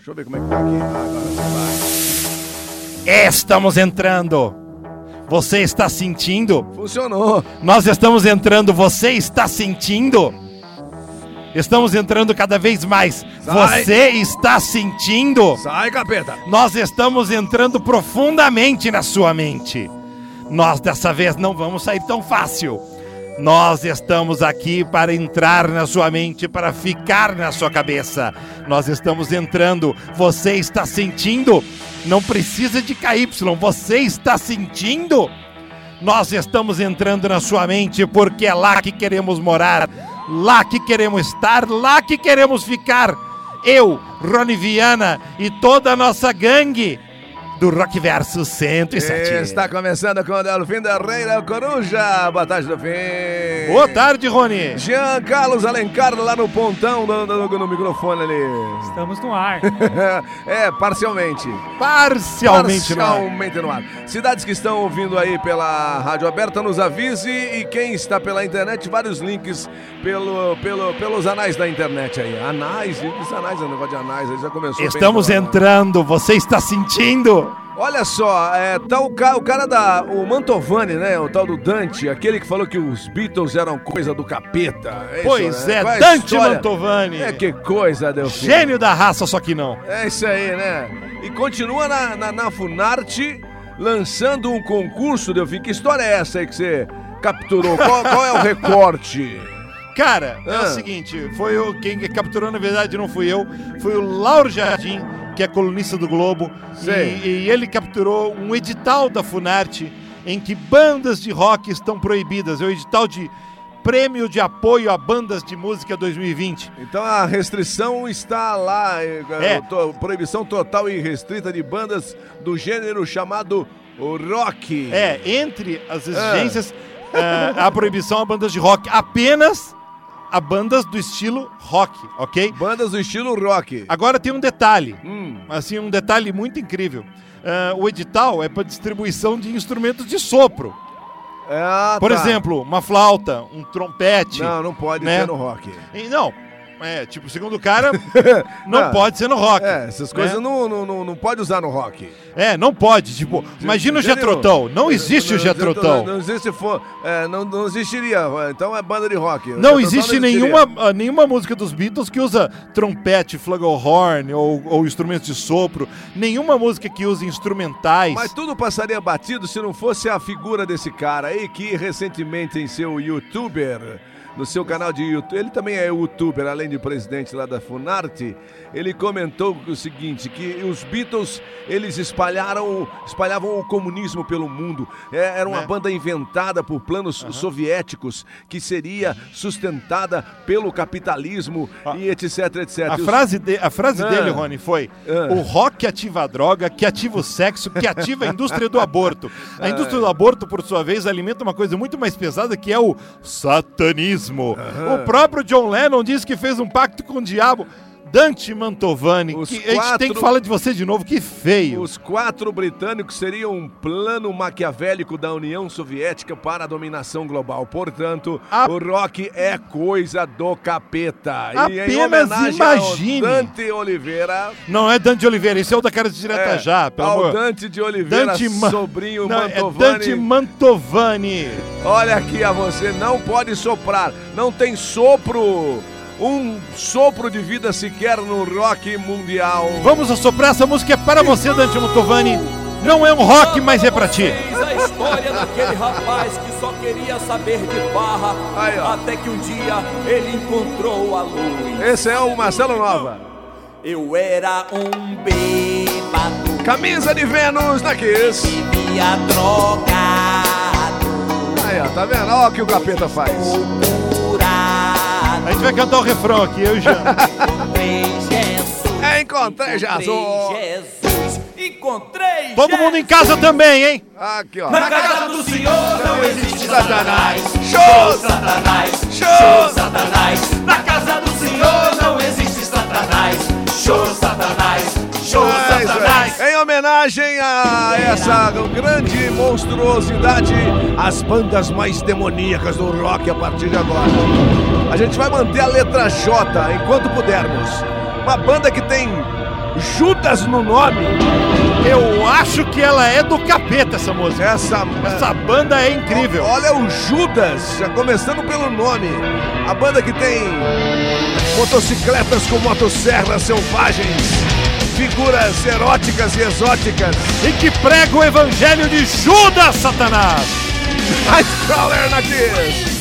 Deixa eu ver como é que tá aqui. Agora vai. Estamos entrando. Você está sentindo? Funcionou. Nós estamos entrando. Você está sentindo? Estamos entrando cada vez mais. Sai. Você está sentindo? Sai, capeta. Nós estamos entrando profundamente na sua mente. Nós dessa vez não vamos sair tão fácil. Nós estamos aqui para entrar na sua mente, para ficar na sua cabeça. Nós estamos entrando. Você está sentindo? Não precisa de KY. Você está sentindo? Nós estamos entrando na sua mente porque é lá que queremos morar, lá que queremos estar, lá que queremos ficar. Eu, Rony Viana e toda a nossa gangue do Rockverso 107. Está começando com o Delfim da Reira Coruja. Boa tarde, Delfim. Boa tarde, Rony. Jean Carlos Alencar lá no pontão, no microfone ali. Estamos no ar. Parcialmente. Parcialmente no ar. Cidades que estão ouvindo aí pela Rádio Aberta, nos avise. E quem está pela internet, vários links pelos anais da internet aí. Anais, anais, o negócio de anais, aí já começou. Estamos entrando, você está sentindo? Olha só, tá o cara o Mantovani, né? O tal do Dante, aquele que falou que os Beatles eram coisa do capeta. Pois é, Qual Dante história? Mantovani. Que coisa, Delfim. Gênio da raça, só que não. É isso aí, né? E continua na Funarte lançando um concurso, Delfim. Que história é essa aí que você capturou? Qual é o recorte? Cara, é o seguinte, quem capturou, na verdade, não fui eu, foi o Lauro Jardim, que é colunista do Globo, e ele capturou um edital da Funarte em que bandas de rock estão proibidas. É o edital de Prêmio de Apoio a Bandas de Música 2020. Então a restrição está lá, proibição total e restrita de bandas do gênero chamado rock. Entre as exigências, a proibição a bandas de rock, apenas a bandas do estilo rock, ok? Bandas do estilo rock. Agora tem um detalhe, assim, um detalhe muito incrível. O edital é para distribuição de instrumentos de sopro. Por exemplo, uma flauta, um trompete. Não pode ser no rock. Segundo o cara, não pode ser no rock. Essas coisas não pode usar no rock. Não pode, imagina o Jethro Tull. Não existe o Jethro Tull. Não existe, não existiria, então é banda de rock. Não existe nenhuma música dos Beatles que usa trompete, flugelhorn ou instrumentos de sopro. Nenhuma música que use instrumentais. Mas tudo passaria batido se não fosse a figura desse cara aí que recentemente em seu YouTuber... No seu canal de YouTube, ele também é youtuber, além de presidente lá da Funarte. Ele comentou o seguinte, que os Beatles, eles espalhavam o comunismo pelo mundo. Era uma banda inventada por planos soviéticos, que seria sustentada pelo capitalismo e etc. A frase dele, Rony, foi: o rock ativa a droga, que ativa o sexo, que ativa a indústria do aborto. A indústria do aborto, por sua vez, alimenta uma coisa muito mais pesada, que é o satanismo. O próprio John Lennon disse que fez um pacto com o diabo. Dante Mantovani, a gente tem que falar de você de novo, que feio. Os 4 britânicos seriam um plano maquiavélico da União Soviética para a dominação global. Portanto, o rock é coisa do capeta. Apenas imagine. Ao Dante Oliveira... Não é Dante Oliveira, esse é o da Cara de Direta Já, pelo amor. Dante de Oliveira, sobrinho Mantovani. É Dante Mantovani. Olha aqui a você, não pode soprar, não tem sopro... Um sopro de vida sequer no rock mundial. Vamos assoprar, essa música é para você, Dante Mantovani. Não é um rock, mas é pra ti. A história daquele rapaz que só queria saber de farra, até que um dia ele encontrou a luz. Esse é o Marcelo Nova. Eu era um bêbado, camisa de Vênus na Kiss, vivia drogado. Aí, tá vendo? Olha o que o capeta faz. A gente vai cantar o refrão aqui, eu e o Jean. Encontrei Jesus. Encontrei Todo mundo em casa também, hein? Aqui, ó. Na casa do Senhor não existe Satanás. Show, Satanás. Show, Satanás. Na casa do Senhor não existe Satanás. Show, Satanás. Show, Satanás. Em homenagem a essa grande monstruosidade, as bandas mais demoníacas do rock a partir de agora. A gente vai manter a letra J enquanto pudermos. Uma banda que tem Judas no nome. Eu acho que ela é do capeta, essa música. Essa banda é incrível. Olha o Judas, já começando pelo nome. A banda que tem motocicletas com motosserras selvagens, figuras eróticas e exóticas. E que prega o evangelho de Judas, Satanás. Nightcrawler na Kiss.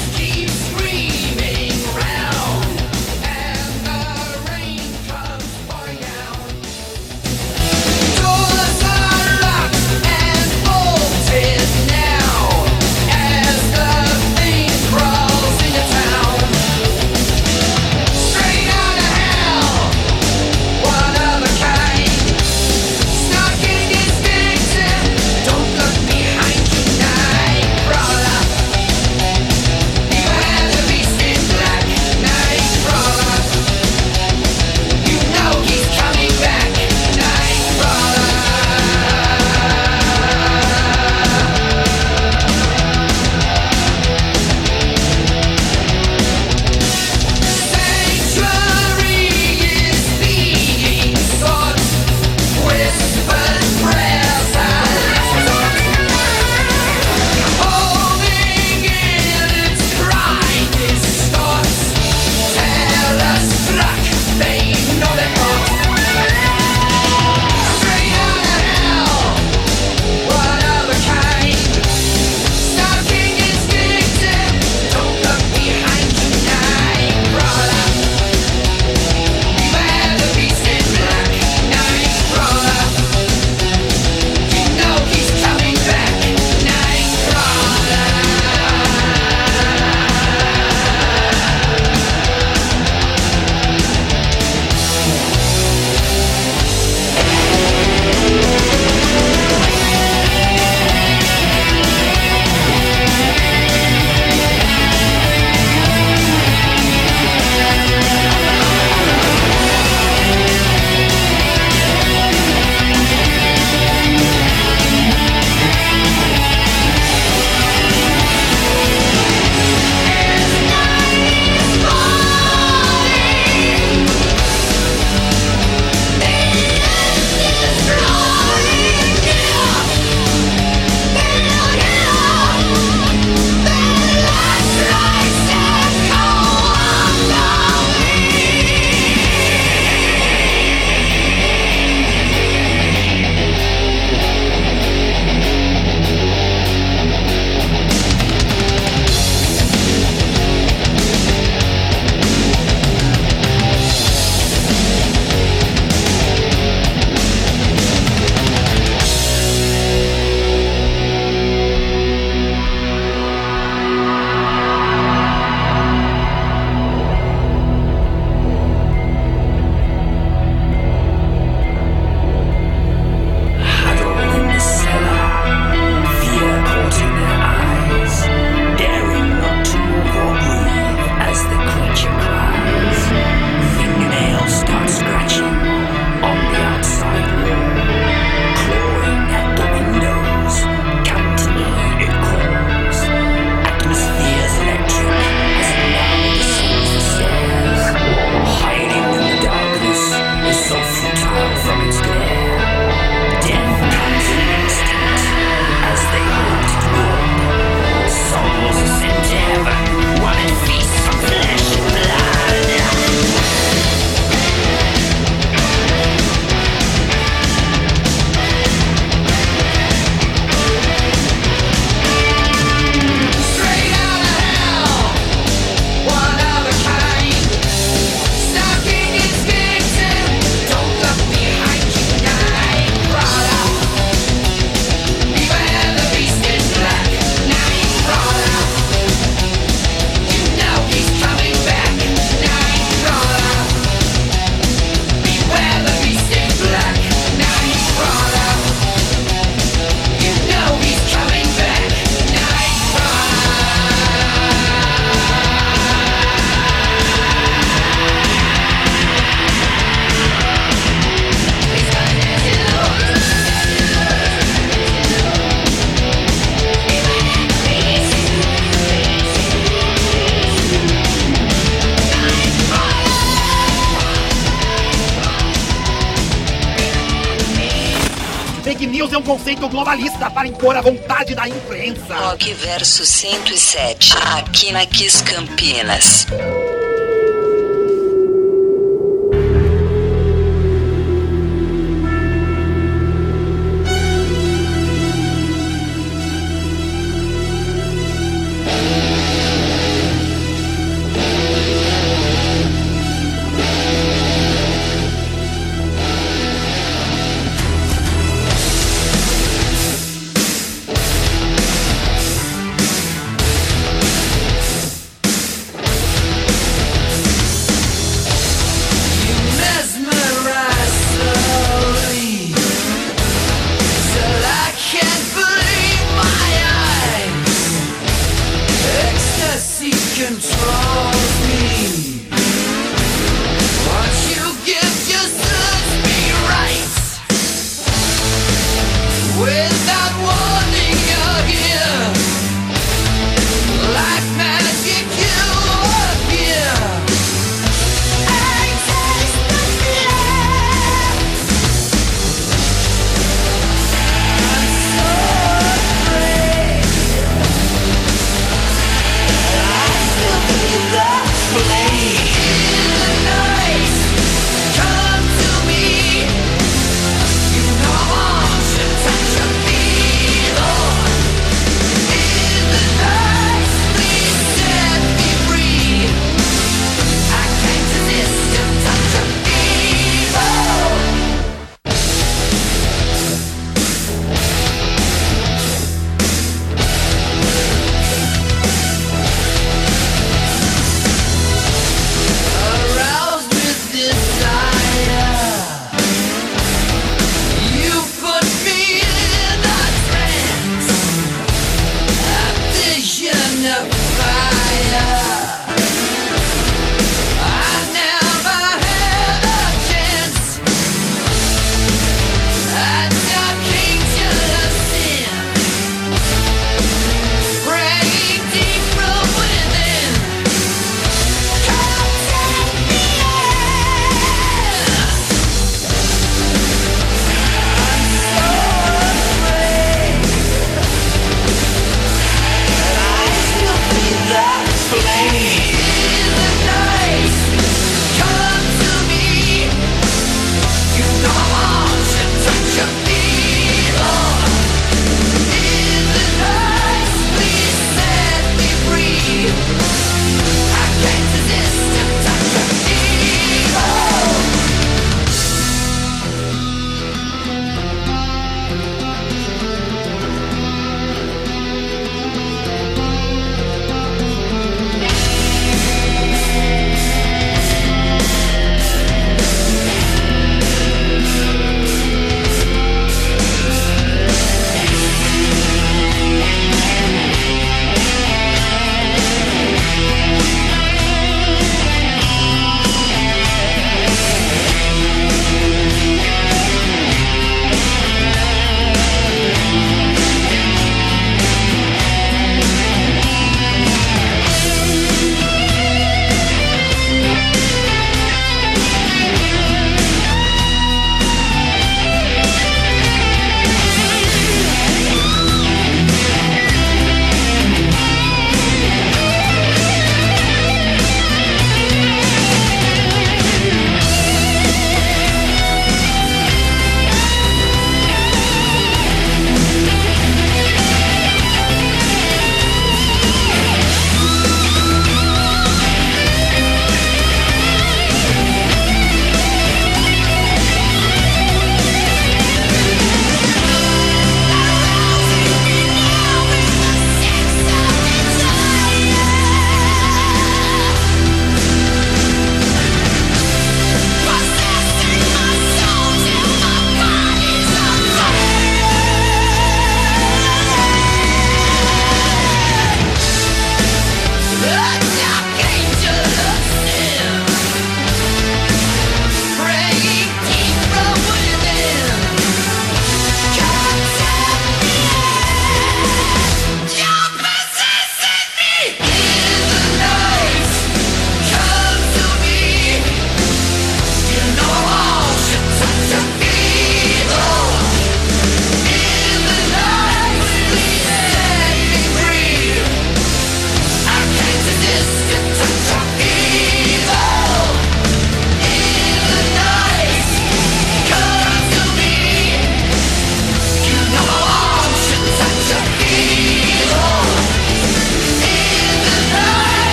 Fake news é um conceito globalista para impor a vontade da imprensa. Rockverso 107, aqui na Kiss Campinas.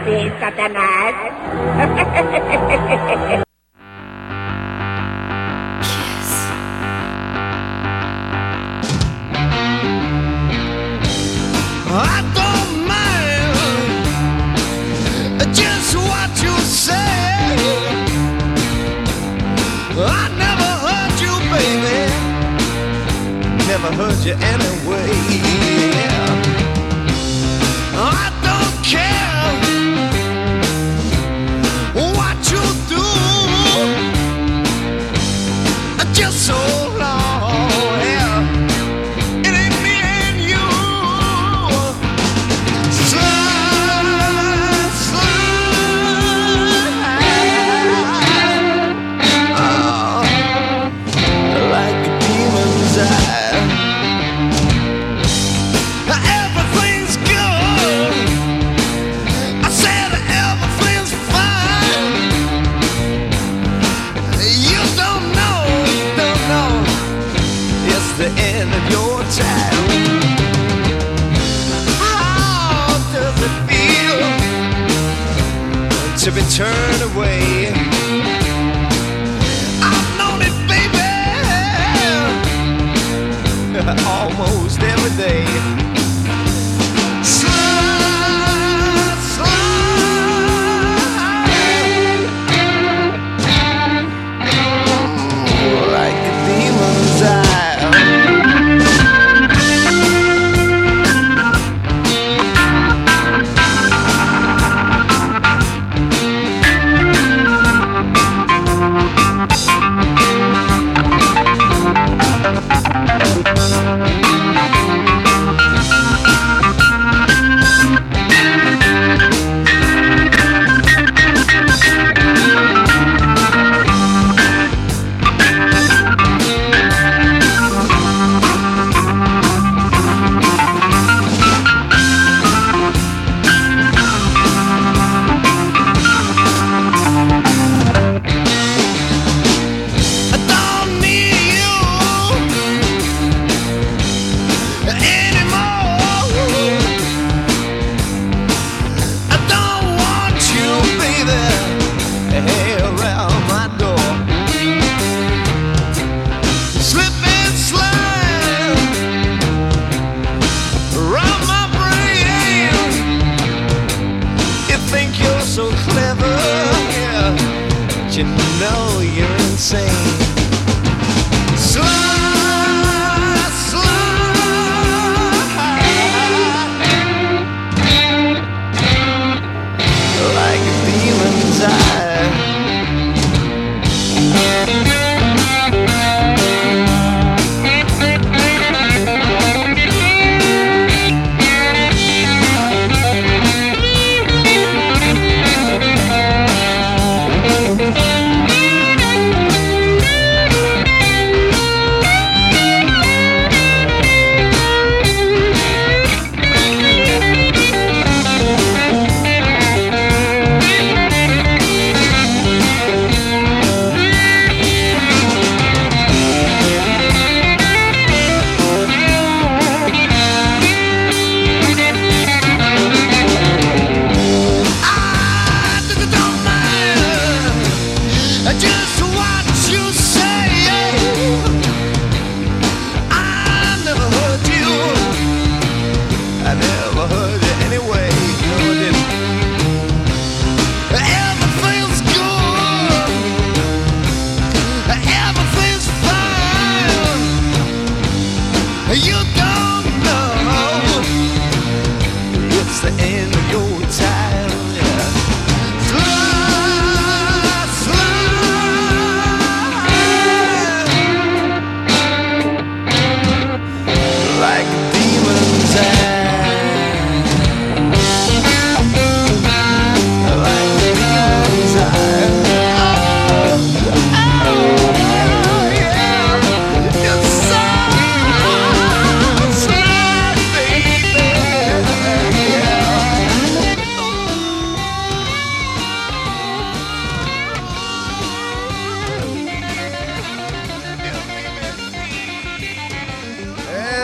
você, Satanás. I don't mind just what you say. I never hurt you, baby. Never hurt you anyway. I don't care what you do. Just so long, yeah. It ain't me and you. Slide, slide, like a demon's eye. Everything's good. I said everything's fine. You don't know. It's the end of your time. How does it feel to be turned away? I've known it, baby, almost every day. Slide, slide, like a demon's eye. I don't need you anymore. I don't want you, baby, around my door. Slip and slide around my brain. You think you're so clever, yeah, but you know you're insane. Slide, slide, like a demon's eye.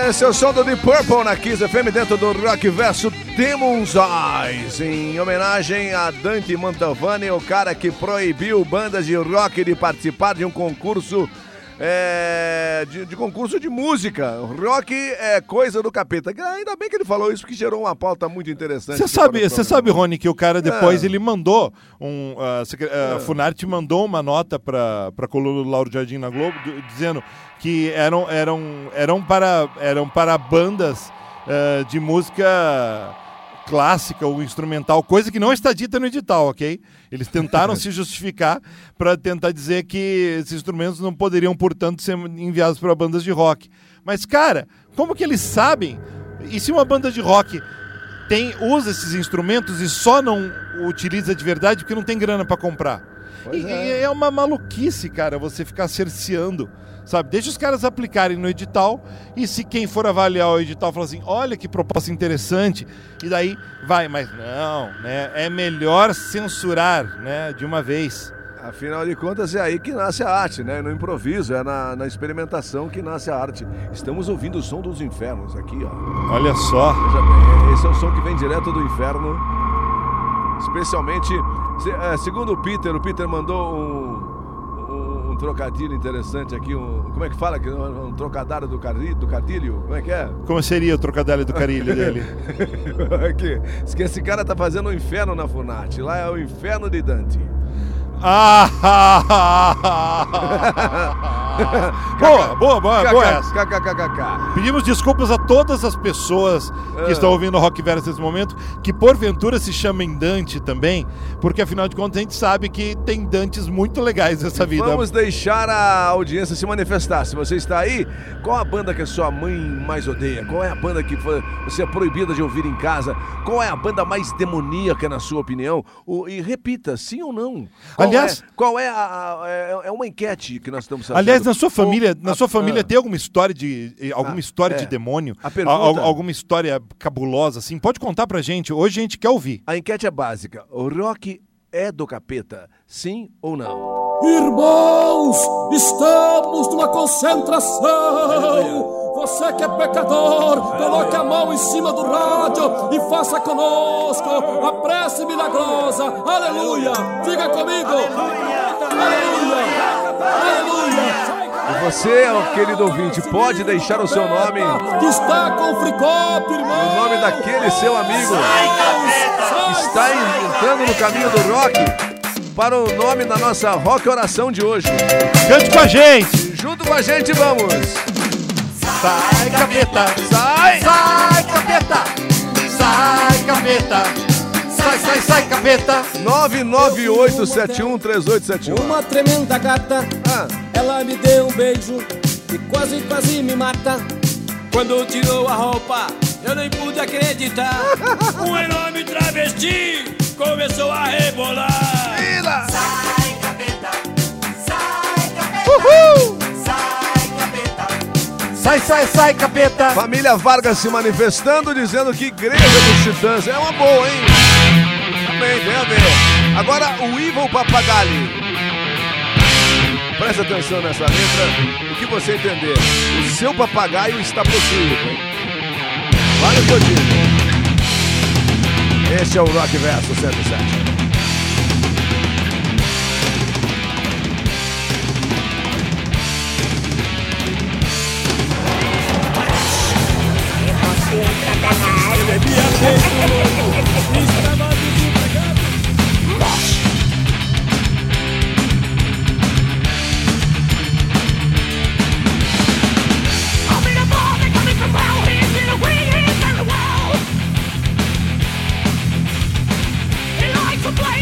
Esse é o som do Deep Purple na Kiss FM dentro do Rock Verso Demon's Eyes, em homenagem a Dante Mantovani, o cara que proibiu bandas de rock de participar de um concurso de concurso de música. Rock é coisa do capeta. Ainda bem que ele falou isso, porque gerou uma pauta muito interessante. Você sabe, Rony, que o cara depois ele mandou a Funarte mandou uma nota para a coluna do Lauro Jardim na Globo, dizendo que eram para bandas de música clássica ou instrumental, coisa que não está dita no edital, ok? Eles tentaram se justificar para tentar dizer que esses instrumentos não poderiam, portanto, ser enviados para bandas de rock. Mas, cara, como que eles sabem? E se uma banda de rock usa esses instrumentos e só não utiliza de verdade porque não tem grana para comprar? E é uma maluquice, cara, você ficar cerceando, sabe? Deixa os caras aplicarem no edital e se quem for avaliar o edital falar assim, olha que proposta interessante, e daí vai, mas não, né? É melhor censurar, né, de uma vez. Afinal de contas é aí que nasce a arte, né? No improviso, é na experimentação que nasce a arte. Estamos ouvindo o som dos infernos aqui, ó. Olha só. Veja bem, esse é o som que vem direto do inferno. Especialmente, segundo o Peter mandou um trocadilho interessante aqui, como é que fala? Um trocadilho do Cartilho? Como é que é? Como seria o trocadilho do Carilho dele? Que esse cara tá fazendo um inferno na Funarte, lá é o inferno de Dante. Boa essa. Pedimos desculpas a todas as pessoas que estão ouvindo o Rock Verso nesse momento, que porventura se chamem Dante também, porque afinal de contas a gente sabe que tem Dantes muito legais nessa vida. Vamos deixar a audiência se manifestar. Se você está aí, qual a banda que a sua mãe mais odeia? Qual é a banda que você é proibida de ouvir em casa? Qual é a banda mais demoníaca na sua opinião? E repita, sim ou não? Qual é é uma enquete que nós estamos fazendo. Aliás, na sua família tem alguma história de demônio? Alguma história cabulosa assim? Pode contar pra gente. Hoje a gente quer ouvir. A enquete é básica. O rock é do capeta? Sim ou não? Irmãos, estamos numa concentração. Você que é pecador, coloque a mão em cima do rádio e faça conosco a prece milagrosa. Aleluia! Diga comigo! Aleluia! Aleluia! E você, querido ouvinte, pode deixar o seu nome. Está com Fricop, irmão! O nome daquele seu amigo que está entrando no caminho do rock para o nome da nossa rock oração de hoje. Cante com a gente! Junto com a gente, vamos! Sai, capeta! Sai! Sai, capeta! Sai, capeta! Sai, capeta! 998713871. Uma tremenda gata, ela me deu um beijo e quase me mata. Quando tirou a roupa, eu nem pude acreditar. Um enorme travesti começou a rebolar. Vira! Sai, capeta! Sai, capeta! Uhul! Sai, capeta! Família Vargas se manifestando, dizendo que Igreja dos Titãs é uma boa, hein? Também, tem a ver. Agora, o Evil Papagaio. Presta atenção nessa letra, o que você entender. O seu papagaio está possuído, hein? Vale o que eu digo. Este é o Rock Verso 107. Ele é minha feito louco, estava desempregado. To play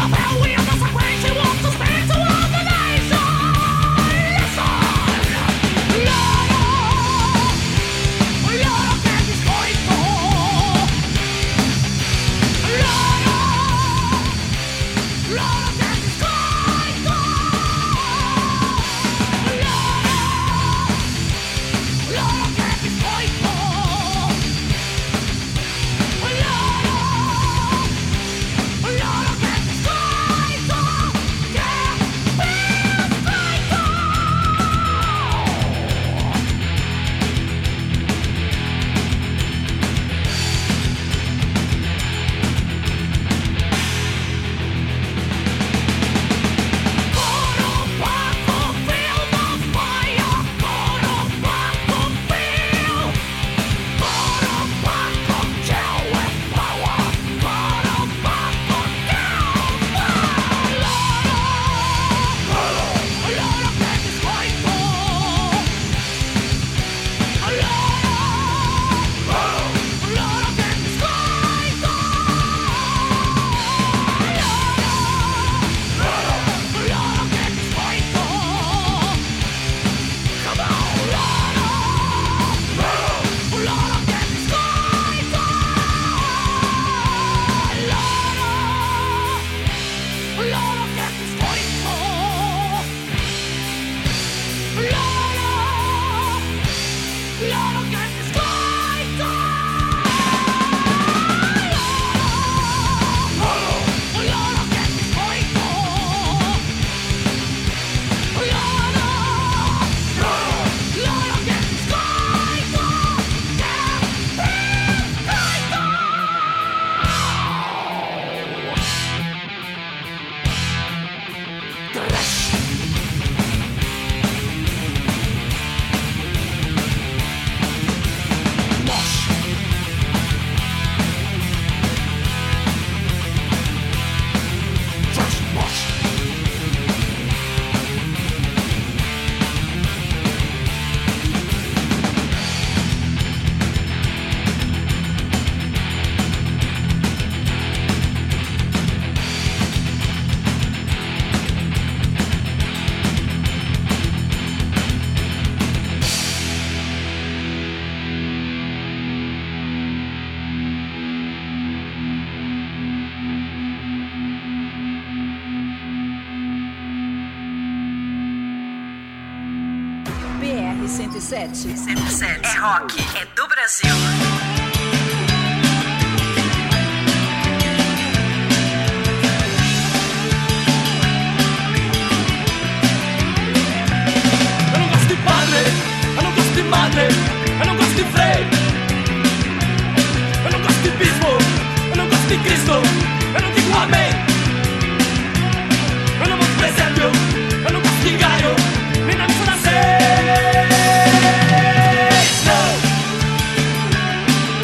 107. É rock, é do Brasil. Eu não gosto de padre, eu não gosto de madre, eu não gosto de frei, eu não gosto de bispo, eu não gosto de Cristo, eu não digo amém, eu não gosto de presépio, eu não gosto de galho, nem na missa da seis, não.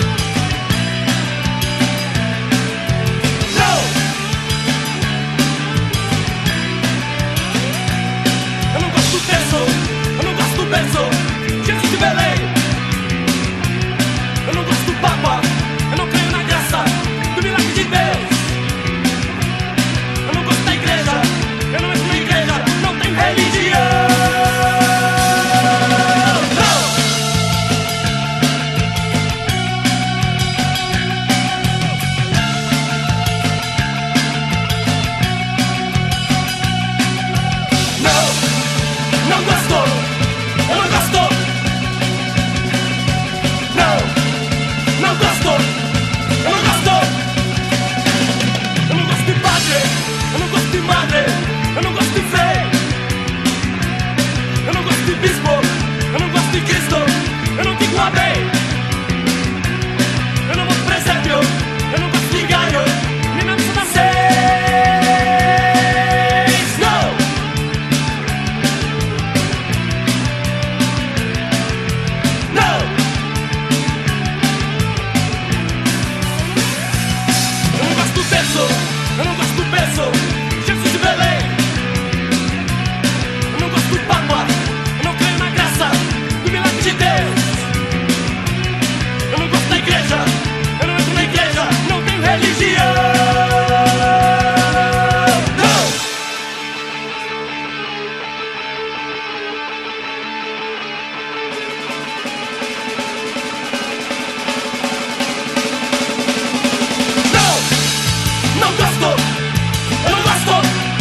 eu não gosto.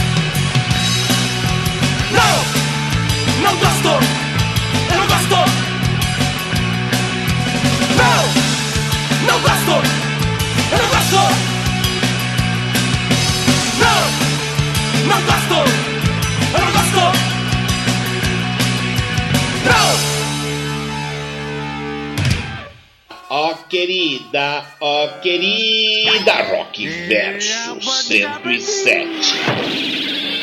Não gosto, eu não gosto. Não gosto, eu não gosto. Não gosto, eu não gosto. Ó querida, Rock Verso 107.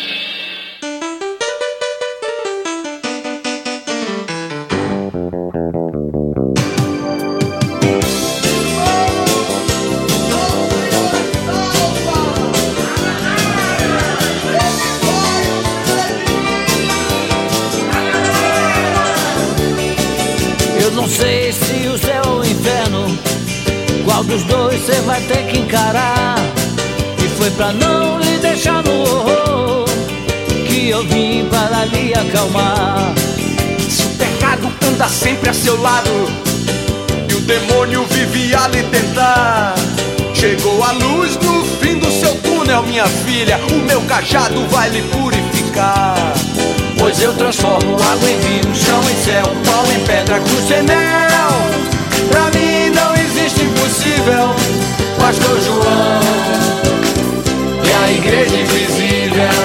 Não sei se o céu ou o inferno, qual dos dois cê vai ter que encarar. E foi pra não lhe deixar no horror que eu vim para lhe acalmar. Se o pecado anda sempre a seu lado e o demônio vive a lhe tentar, chegou a luz no fim do seu túnel, minha filha, o meu cajado vai lhe purificar. Pois eu transformo água em vinho, chão em céu, pau em pedra, cruz em mel. Pra mim não existe impossível, Pastor João e a igreja invisível.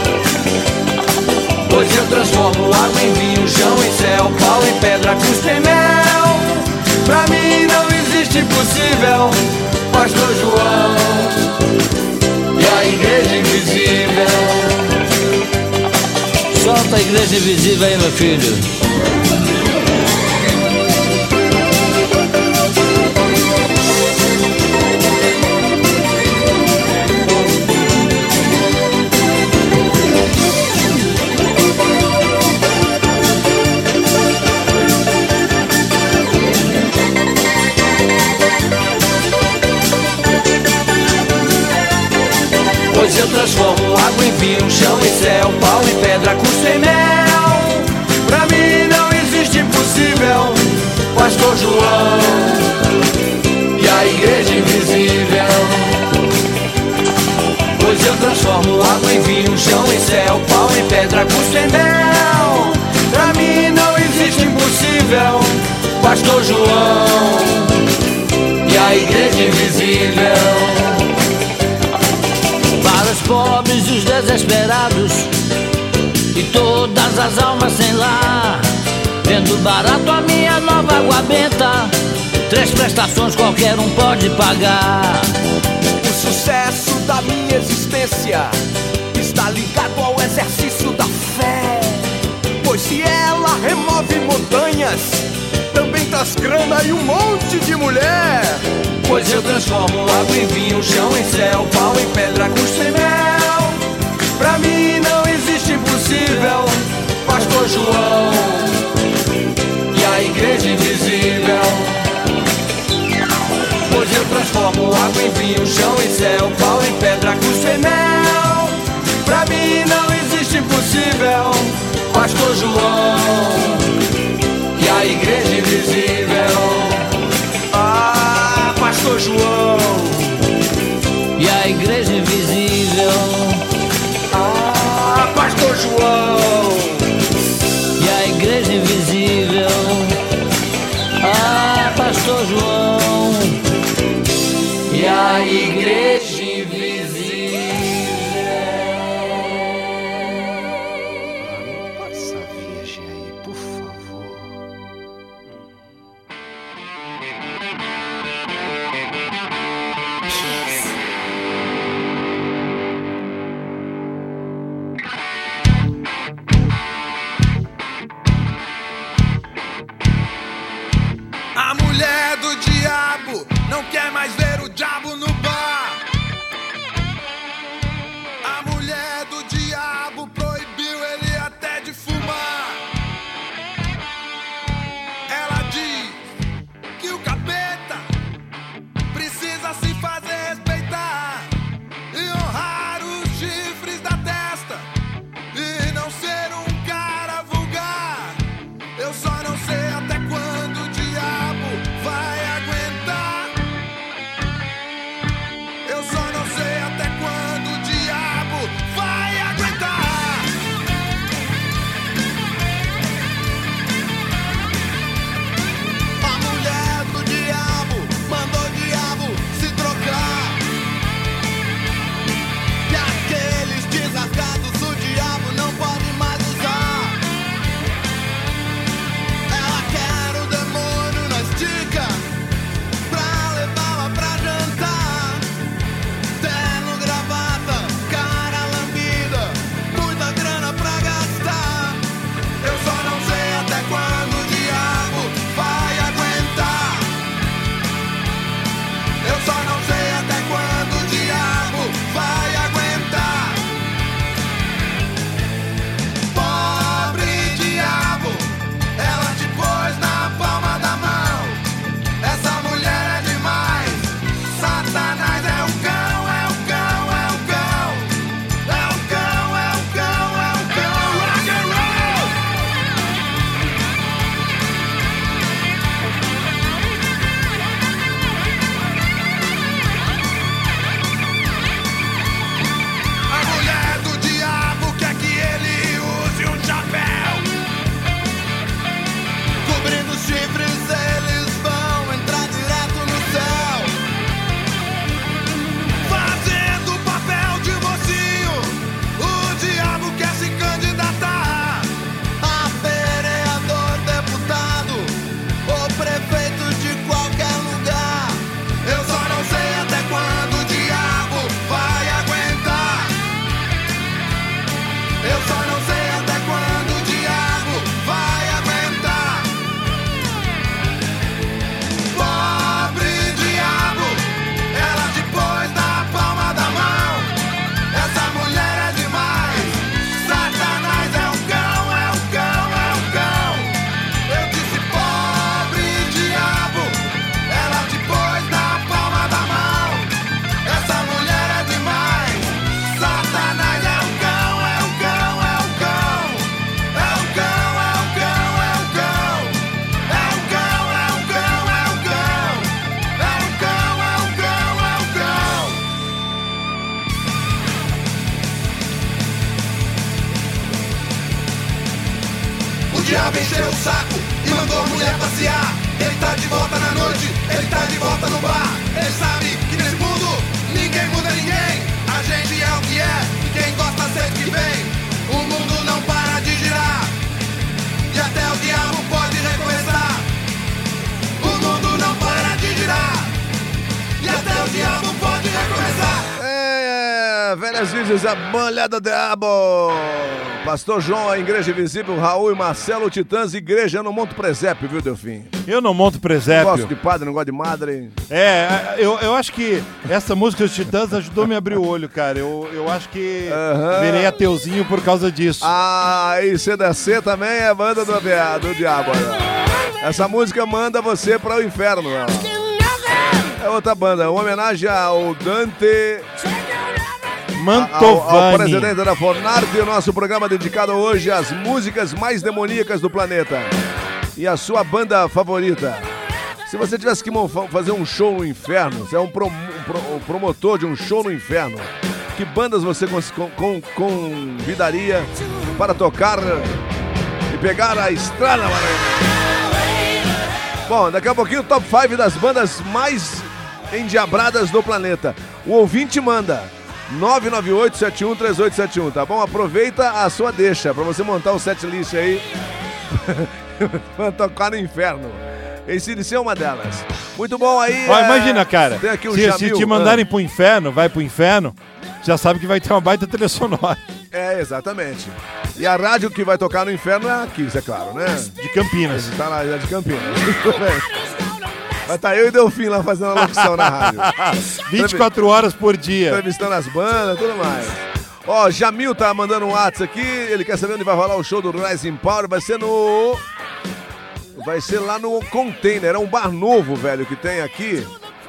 Pois eu transformo água em vinho, chão em céu, pau em pedra, cruz em mel. Pra mim não existe impossível, Pastor João e a igreja invisível. Solta a igreja invisível aí, meu filho. Pois eu transformo água em vinho, chão em céu, pau em pedra, custo em mel. Pra mim não existe impossível, Pastor João e a igreja invisível. Pois eu transformo água em vinho, chão em céu, pau em pedra, custo em mel. Pra mim não existe impossível, Pastor João e a igreja invisível. Para os pobres e os desesperados e todas as almas sem lar, vendo barato a minha nova água benta, 3 prestações qualquer um pode pagar. O sucesso da minha existência está ligado ao exercício da fé, pois se ela remove montanhas, também traz grana e um monte de mulher. Pois eu transformo água em vinho, chão em céu, pau em pedra, custo em mel. Pra mim não existe impossível, Pastor João e a igreja invisível. Pois eu transformo água em vinho, chão em céu, pau em pedra, custo em mel. Pra mim não existe impossível, Pastor João e a igreja invisível. Pastor João e a igreja invisível. diabo encheu o saco e mandou a mulher passear. Ele tá de volta na noite, ele tá de volta no bar. Ele sabe que nesse mundo ninguém muda ninguém. A gente é o que é, e quem gosta sempre que vem. O mundo não para de girar, e até o diabo pode recomeçar. O mundo não para de girar, e até o diabo pode recomeçar. Velhas vídeos, a Mulher do Diabo. Pastor João, a Igreja Invisível, Raul e Marcelo, Titãs, Igreja no Monte Presépio, viu, Delfim? Eu não monto presépio. Não gosto de padre, não gosto de madre. Eu acho que essa música dos Titãs ajudou me a abrir o olho, cara. Eu acho que virei ateuzinho por causa disso. E CDC também é banda do diabo. Olha. Essa música manda você para o inferno. Ó. É outra banda, uma homenagem ao Dante Mantovani, ao presidente da Funarte, o nosso programa dedicado hoje às músicas mais demoníacas do planeta. E a sua banda favorita. Se você tivesse que fazer um show no inferno, você é um promotor de um show no inferno, que bandas você convidaria para tocar e pegar a estrada? Bom, daqui a pouquinho o top 5 das bandas mais endiabradas do planeta. O ouvinte manda 998-713871, tá bom? Aproveita a sua deixa pra você montar o setlist aí pra tocar no inferno. AC/DC é uma delas. Muito bom aí. Ó, imagina, cara, tem aqui o se te mandarem pro inferno, vai pro inferno, já sabe que vai ter uma baita trilha sonora. Exatamente. E a rádio que vai tocar no inferno é aqui, isso é claro, né? De Campinas. Tá lá, de Campinas. Vai estar eu e Delfim lá fazendo a locução na rádio. 24 horas por dia. Entrevistando as bandas, tudo mais. Ó, Jamil tá mandando um WhatsApp aqui. Ele quer saber onde vai rolar o show do Rising Power. Vai ser lá no Container. É um bar novo, velho, que tem aqui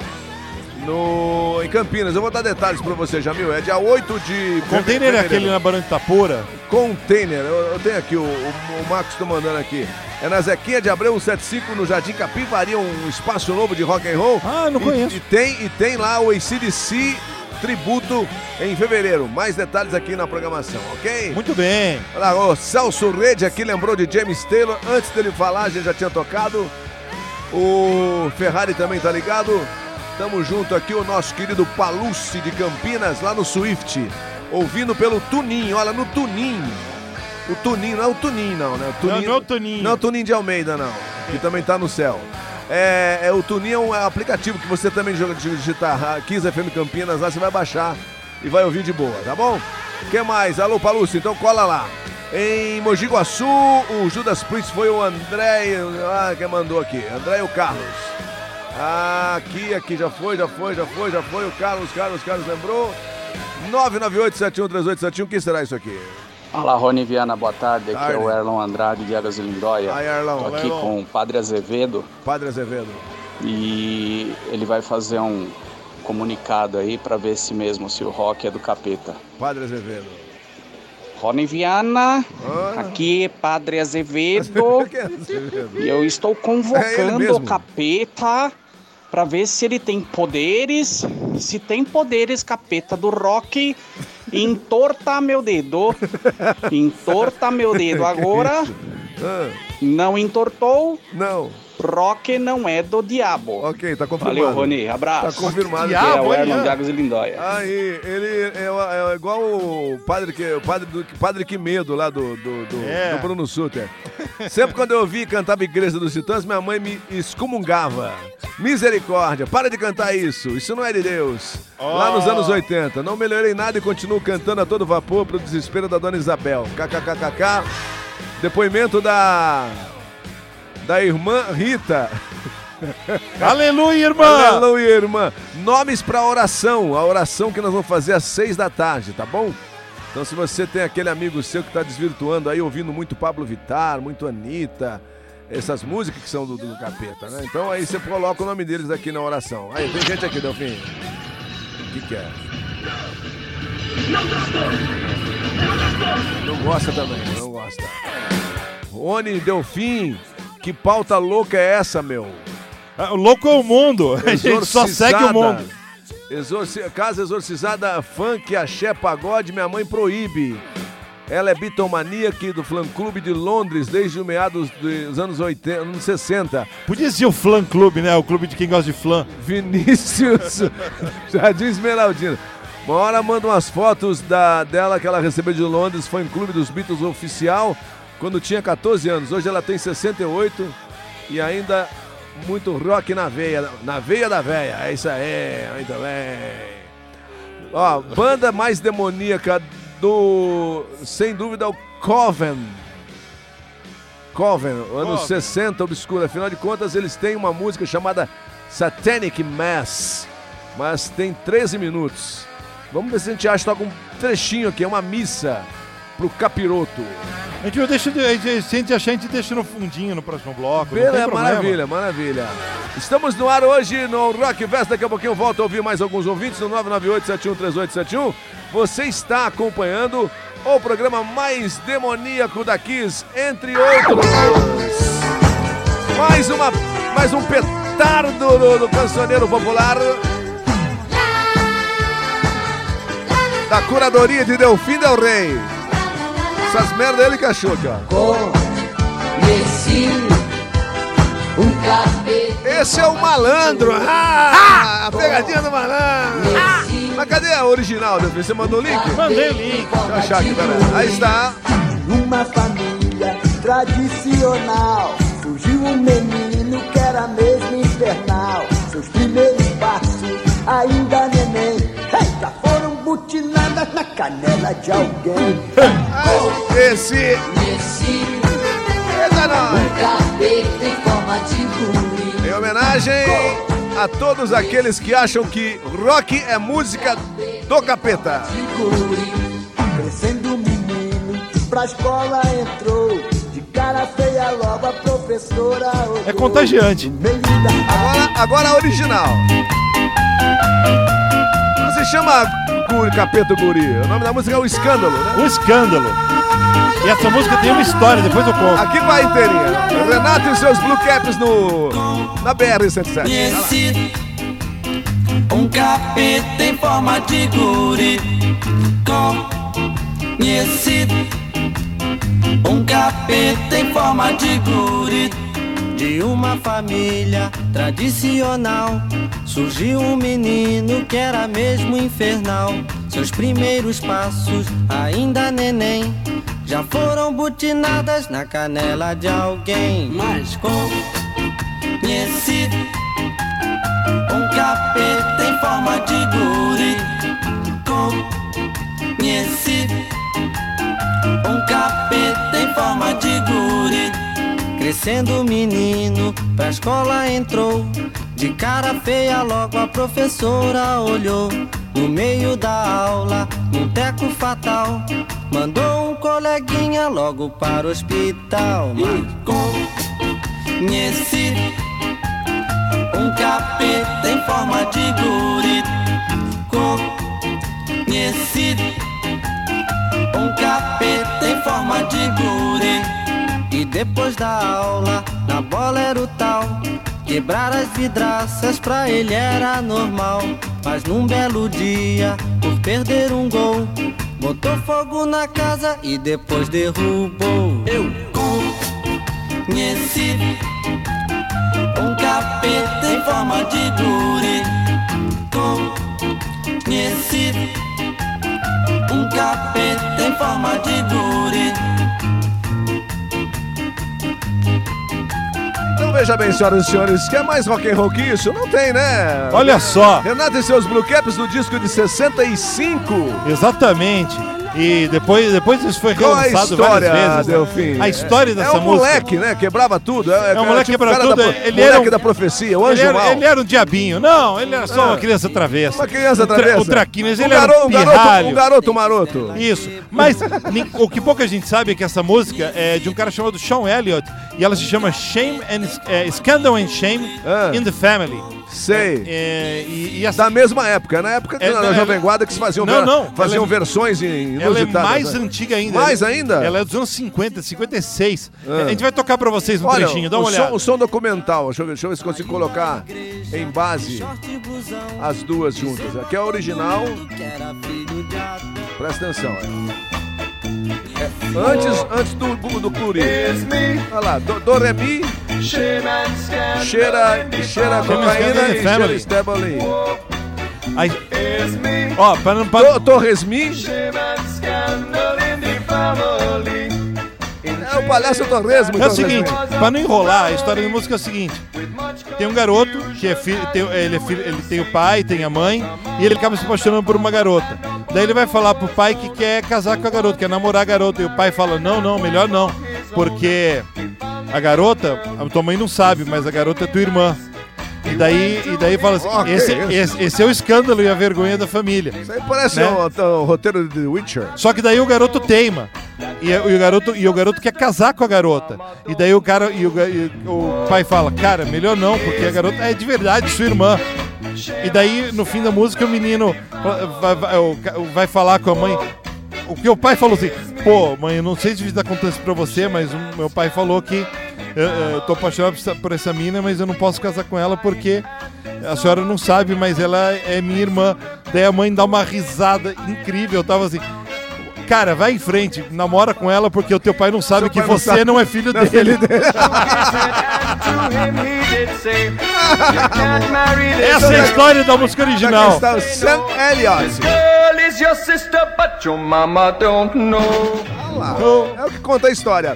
em Campinas. Eu vou dar detalhes pra você, Jamil. É dia 8 de... Container é aquele na Barão de Itapura? Container. Eu tenho aqui, o Marcos tá mandando aqui. É na Zequinha de Abreu 175, no Jardim Capivari, um espaço novo de rock and roll. Não conheço. E tem lá o AC/DC tributo em fevereiro. Mais detalhes aqui na programação, ok? Muito bem. Olha lá, o Celso Rede aqui lembrou de James Taylor. Antes dele falar, a gente já tinha tocado. O Ferrari também tá ligado. Tamo junto aqui, o nosso querido Palucci de Campinas, lá no Swift. Ouvindo pelo Tuninho, olha, no Tuninho. O Tuninho, não é o Tuninho não, né? Não é o Tuninho. Não é o Tuninho de Almeida, não. Que também tá no céu. O Tuninho é um aplicativo que você também digitar Kiss FM Campinas, lá você vai baixar e vai ouvir de boa, tá bom? O que mais? Alô, Palucci, então cola lá. Em Mogi Guaçu, o Judas Priest foi o André, quem mandou aqui? André e o Carlos. Aqui, já foi, o Carlos lembrou. 998-713871, quem será isso aqui? Olá, Rony Viana, boa tarde. Aqui é o Erlon Andrade de Águas de Lindóia. Erlon. Tô aqui com o Padre Azevedo. E ele vai fazer um comunicado aí para ver se o rock é do capeta. Padre Azevedo. Rony Viana, aqui é Padre Azevedo. E eu estou convocando o capeta para ver se ele tem poderes. Se tem poderes, capeta do rock, entorta meu dedo. Entorta meu dedo agora. Não entortou? Não. Rock não é do diabo. Ok, tá confirmado. Valeu, Rony. Abraço. Tá confirmado. Que é o Erlon de Águas de Lindóia. Aí, ele é igual o padre que medo lá do Bruno Sutter. Sempre quando eu ouvi cantava Igreja dos Titãs, minha mãe me excomungava. Misericórdia, para de cantar isso. Isso não é de Deus. Lá nos anos 80. Não melhorei nada e continuo cantando a todo vapor pro desespero da dona Isabel. KKKKK. Depoimento da irmã Rita. Aleluia, irmã! Aleluia, irmã. Nomes pra oração. A oração que nós vamos fazer às 6 da tarde, tá bom? Então, se você tem aquele amigo seu que tá desvirtuando aí, ouvindo muito Pablo Vittar, muito Anitta, essas músicas que são do capeta, né? Então, aí você coloca o nome deles aqui na oração. Aí, tem gente aqui, Delfim. O que é? Não gosta também, não gosta. Rony, Delfim, que pauta louca é essa, meu? O louco é o mundo. A gente só segue o mundo. Casa exorcizada, funk, axé, pagode, minha mãe proíbe. Ela é bitomaníaca do fã-clube de Londres desde o meados dos anos 60. Podia ser o Flan Clube, né? O clube de quem gosta de flan. Vinícius Jardim Esmeraldina. Uma hora manda umas fotos dela que ela recebeu de Londres, fã-clube dos Beatles oficial, quando tinha 14 anos. Hoje ela tem 68 e ainda muito rock na veia da veia. É isso aí, muito bem. Ó, banda mais demoníaca sem dúvida, o Coven, anos 60, obscura. Afinal de contas, eles têm uma música chamada Satanic Mass, mas tem 13 minutos. Vamos ver se a gente acha, toca um trechinho aqui, é uma missa pro capiroto. Se a gente achar, a gente deixa no fundinho no próximo bloco. Beleza, maravilha. Estamos no ar hoje no Rock Fest. Daqui a pouquinho eu volto a ouvir mais alguns ouvintes no 998-713871. Você está acompanhando o programa mais demoníaco da Kiss, entre outros. Mais um petardo do cancioneiro popular. Da curadoria de Delfim Del Rey. Essas merda ele que achou aqui, ó. Esse é o malandro. A pegadinha do malandro. Mas cadê a original, Delfim? Você mandou o link? Mandei o link. Deixa eu achar aqui, peraí. Aí está. Numa família tradicional surgiu um menino que era mesmo infernal. Seus primeiros passos ainda neném, já foram butinadas na canela de alguém. Esse Eita nós! Capeta em forma de guri. Em homenagem a todos aqueles que acham que rock é música do capeta. Crescendo menino, pra escola entrou. De cara feia logo a professora olhou. É contagiante. Agora a original. Não se chama Capeta Guri. O nome da música é O Escândalo, né? O Escândalo. E essa música tem uma história, depois eu conto. Aqui vai inteirinha. Renato e seus Blue Caps na BR-107. Um capeta em forma de guri, conhecido. Um capeta em forma de guri. De uma família tradicional surgiu um menino que era mesmo infernal. Seus primeiros passos, ainda neném, já foram butinadas na canela de alguém. Mas conhecido, um capeta em forma de guri, conhecido, um capeta em forma de guri. Crescendo o menino, pra escola entrou. De cara feia logo a professora olhou. No meio da aula, num teco fatal, mandou um coleguinha logo para o hospital. Mas conhecido, um capeta em forma de guri, conhecido, um capeta em forma de guri. E depois da aula, na bola era o tal, quebrar as vidraças pra ele era normal. Mas num belo dia, por perder um gol, botou fogo na casa e depois derrubou. Eu conheci um capeta em forma de guri, conheci um capeta em forma de guri. Então veja bem, senhoras e senhores, quer mais rock and roll que isso? Não tem, né? Olha só. Renato e seus Blue Caps no disco de 65. Exatamente. E depois isso foi relançado várias vezes. Delfim? A história dessa música. É um moleque, né? Quebrava tudo. É um moleque que quebrava tudo. Ele era da profecia, o anjo mal. Ele era um diabinho. Não, ele era só uma criança travessa. Uma criança travessa? O Traquinas, ele era um pirralho. Um garoto maroto. Isso. Mas o que pouca gente sabe é que essa música é de um cara chamado Sean Elliott e ela se chama Scandal and Shame in the Family. Sei. Assim, da mesma época, na época da Jovem Guarda que se faziam, faziam versões inusitadas. Ela é mais antiga ainda. Mais ainda? Ela é dos anos 50, 56. A gente vai tocar pra vocês um trechinho, dá uma olhada. O som documental, deixa eu ver se consigo colocar em base as duas juntas. Aqui é a original. Presta atenção. Antes do Curi. Olha lá, do Ré Mi, cheira cocaína e cheira Stabali. Ó, do Resmi. É o palhaço Torresmo. É o seguinte, pra não enrolar, a história da música é o seguinte. Tem um garoto que é filho, ele tem o pai, tem a mãe, e ele acaba se apaixonando por uma garota. Daí ele vai falar pro pai que quer casar com a garota, quer namorar a garota. E o pai fala, não, melhor não. Porque a garota, a tua mãe não sabe, mas a garota é tua irmã. E daí fala assim, esse é o escândalo e a vergonha da família. Isso aí parece o roteiro de The Witcher. Só que daí o garoto teima. E o garoto quer casar com a garota. E daí o pai fala, cara, melhor não, porque a garota é de verdade sua irmã. E daí, no fim da música, o menino vai falar com a mãe. O que o pai falou assim, pô, mãe, eu não sei se isso acontece pra você, mas o meu pai falou que eu tô apaixonado por essa mina, mas eu não posso casar com ela porque a senhora não sabe, mas ela é minha irmã. Daí a mãe dá uma risada incrível, eu tava assim, cara, vai em frente, namora com ela porque o teu pai não sabe que você não é filho dele. Essa é a história da música original. Aqui está o Sam Elliott. É o que conta a história.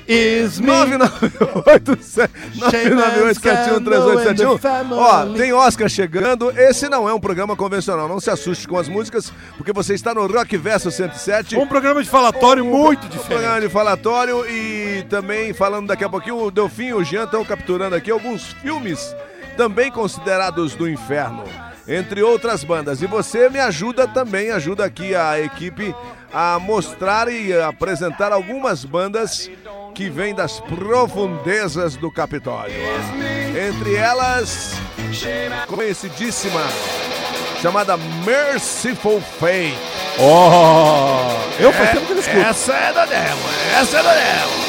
998-713-871. Ó, tem Oscar chegando. Esse não é um programa convencional. Não se assuste com as músicas, porque você está no Rock Verso 107. Um programa de falatório muito diferente. Um programa de falatório e também falando daqui a pouquinho, o Delfim e o Jean estão capturando aqui alguns filmes também considerados do inferno, entre outras bandas. E você me ajuda também, ajuda aqui a equipe a mostrar e apresentar algumas bandas que vêm das profundezas do Capitólio. Entre elas, conhecidíssima, chamada Merciful Fate. Eu faz tempo que eu escuto. Essa é da demo, essa é da demo.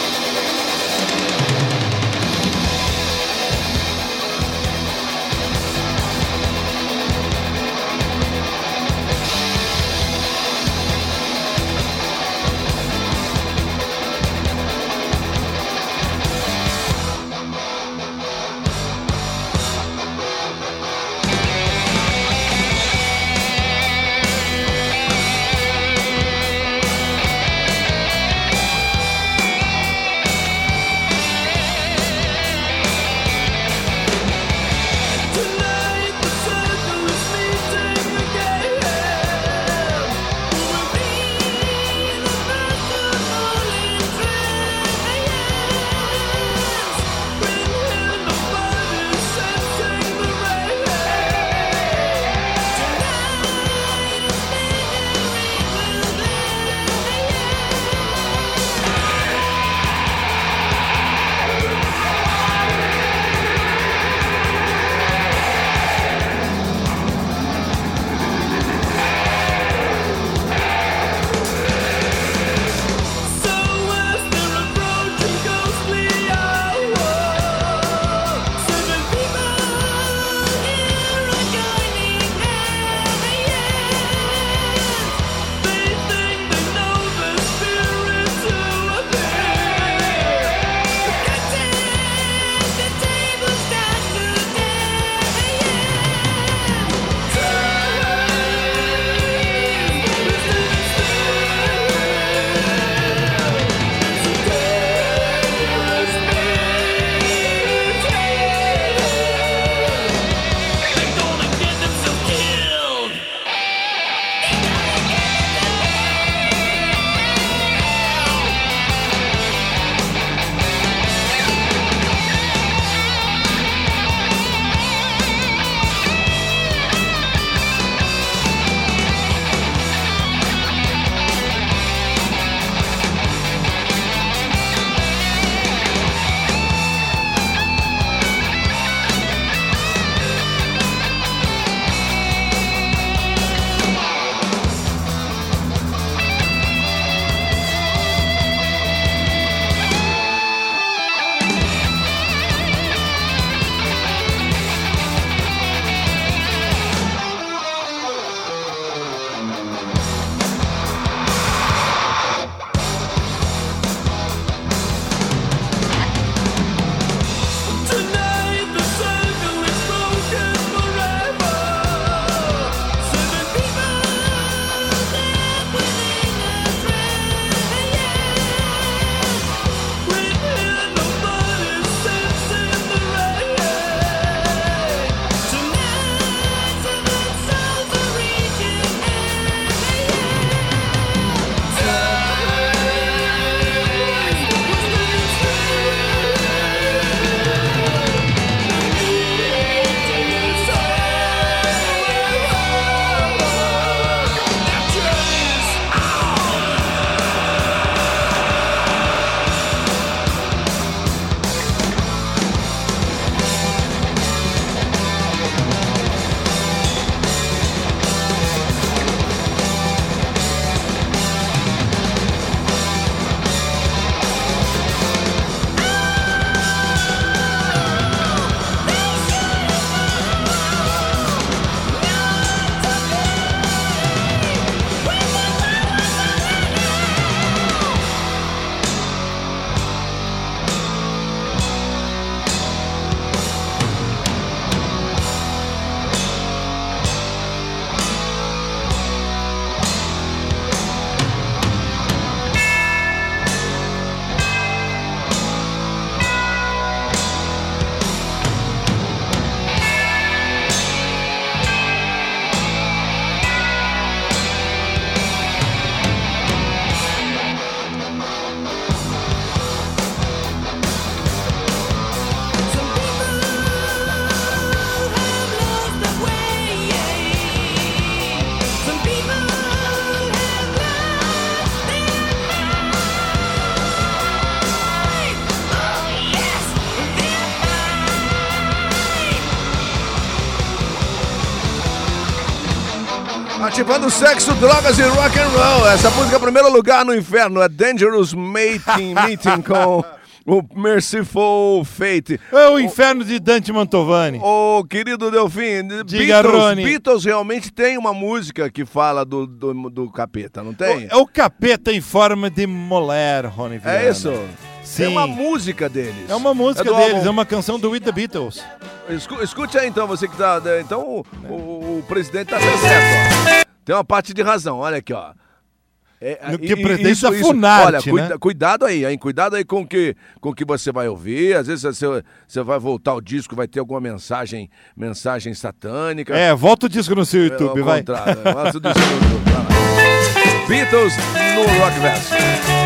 participando sexo, drogas e rock and roll. Essa música é primeiro lugar no inferno. É Dangerous Meeting com o Merciful Fate. É o inferno de Dante Mantovani. Ô, querido Delfim, Diga, Rony. Beatles realmente tem uma música que fala do capeta, não tem? É o capeta em forma de mulher, Rony Viana. É isso? Sim. É uma música deles. É uma música deles, é uma canção do With the Beatles. Escute aí então, você que tá... Então o presidente tá certo, ó. Tem uma parte de razão, olha aqui, ó. Que presidente da Funarte, olha, né? Cuidado aí, hein? Cuidado aí com o que você vai ouvir. Às vezes você vai voltar o disco, vai ter alguma mensagem satânica. Volta o disco no seu YouTube, vai. Volta o disco no YouTube, vai lá. Beatles no Rockverso.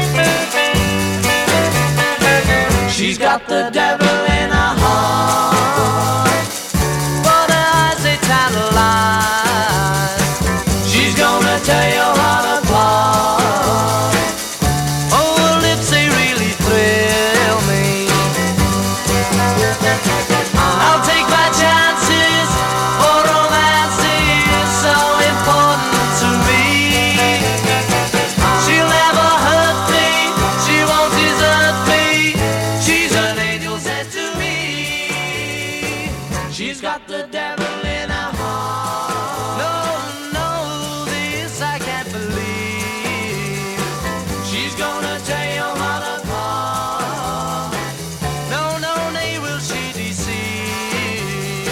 She's got the devil in her heart, but her eyes they tantalize. She's gonna tear your heart apart. Oh, her lips they really thrill me. I'll take my chances, for romance is so important to me. She'll never hurt me, she won't desert me. She's an angel sent to me. She's got the devil in her heart. No, no, this I can't believe. She's gonna tear your heart apart. No, no, nay, will she deceive.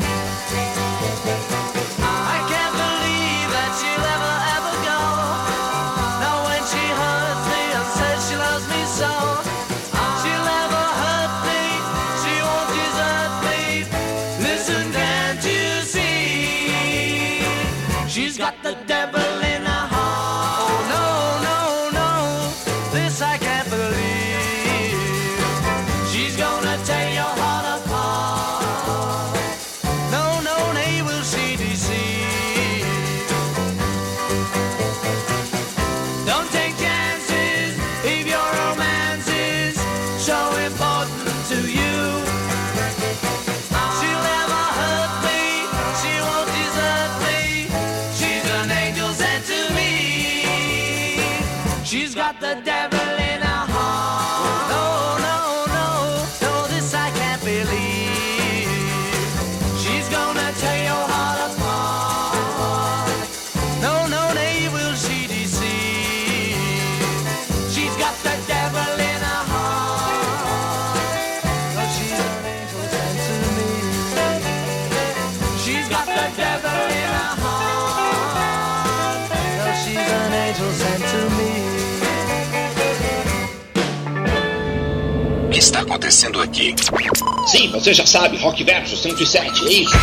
I can't believe that she'll ever go. Now when she hurts me and says she loves me so, she'll never hurt me, she won't desert me. Listen, can't you see? She's got the devil in her heart. Oh no, no, no, this I can't believe. She's gonna tear your heart apart. No, no, nay, will she deceive. Don't take chances if your romance is so important to you. She'll never hurt me, she won't desert me. She's an angel sent to me. She's got the devil in her heart. No, no, no, no, this I can't believe. She's gonna tear your heart apart. No, no, nay, will she deceive. She's got the devil in her heart. Oh, she's an angel sent to me. She's got the devil in her heart. Oh, she's an angel sent to me. O que está acontecendo aqui? Sim, você já sabe, Rockverso 107, é isso.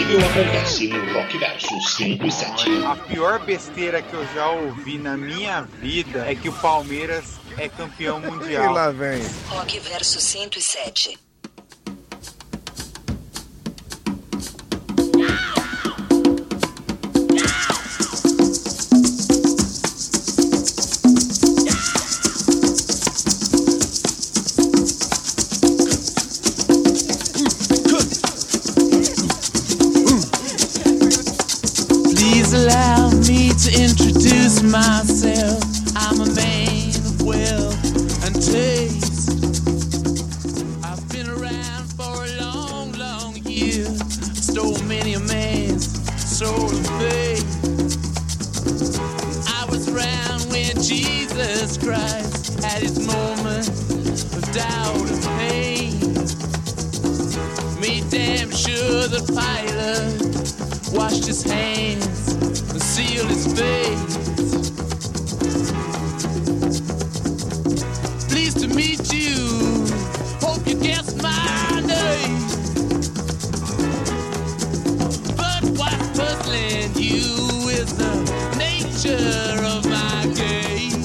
incrível acontece no Rock Versus 107. A pior besteira que eu já ouvi na minha vida é que o Palmeiras é campeão mundial. E lá vem. Rock Versus 107. Please allow me to introduce myself. I'm a man of wealth and taste. I've been around for a long, long year. Stole many a man's soul of faith. I was around when Jesus Christ had his moment of doubt and pain. Made damn sure the Pilate washed his hands and sealed his face. Pleased to meet you, hope you guessed my name. But what's puzzling you is the nature of my game.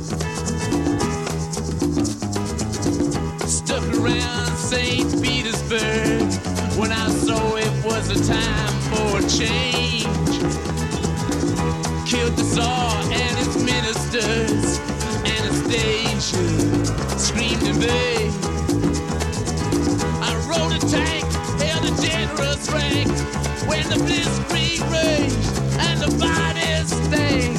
Stuck around St. Petersburg when I saw it was a time for change. Killed the Tsar and his ministers. Anastasia screamed in vain. I rode a tank, held a generous rank when the blitzkrieg raged and the bodies stank.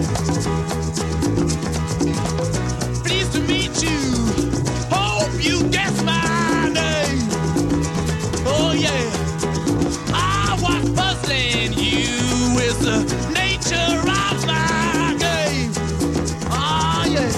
Pleased to meet you, hope you guess my name. Oh yeah, what's puzzling you is the nature of my game. Oh yeah,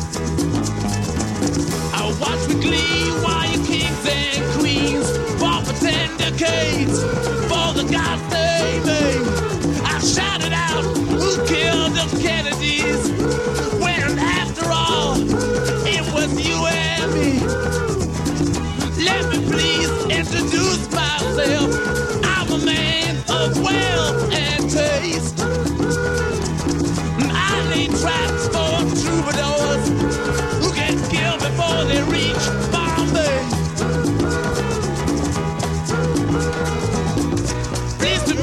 I watch with glee while your kings and queens fought for 10 decades for the gods they made. I shouted out, who killed the Kennedys? When after all, it was you and me. Let me please introduce myself. I'm a man of wealth and taste. I lay traps for troubadours who get killed before they reach Bombay. Pleased to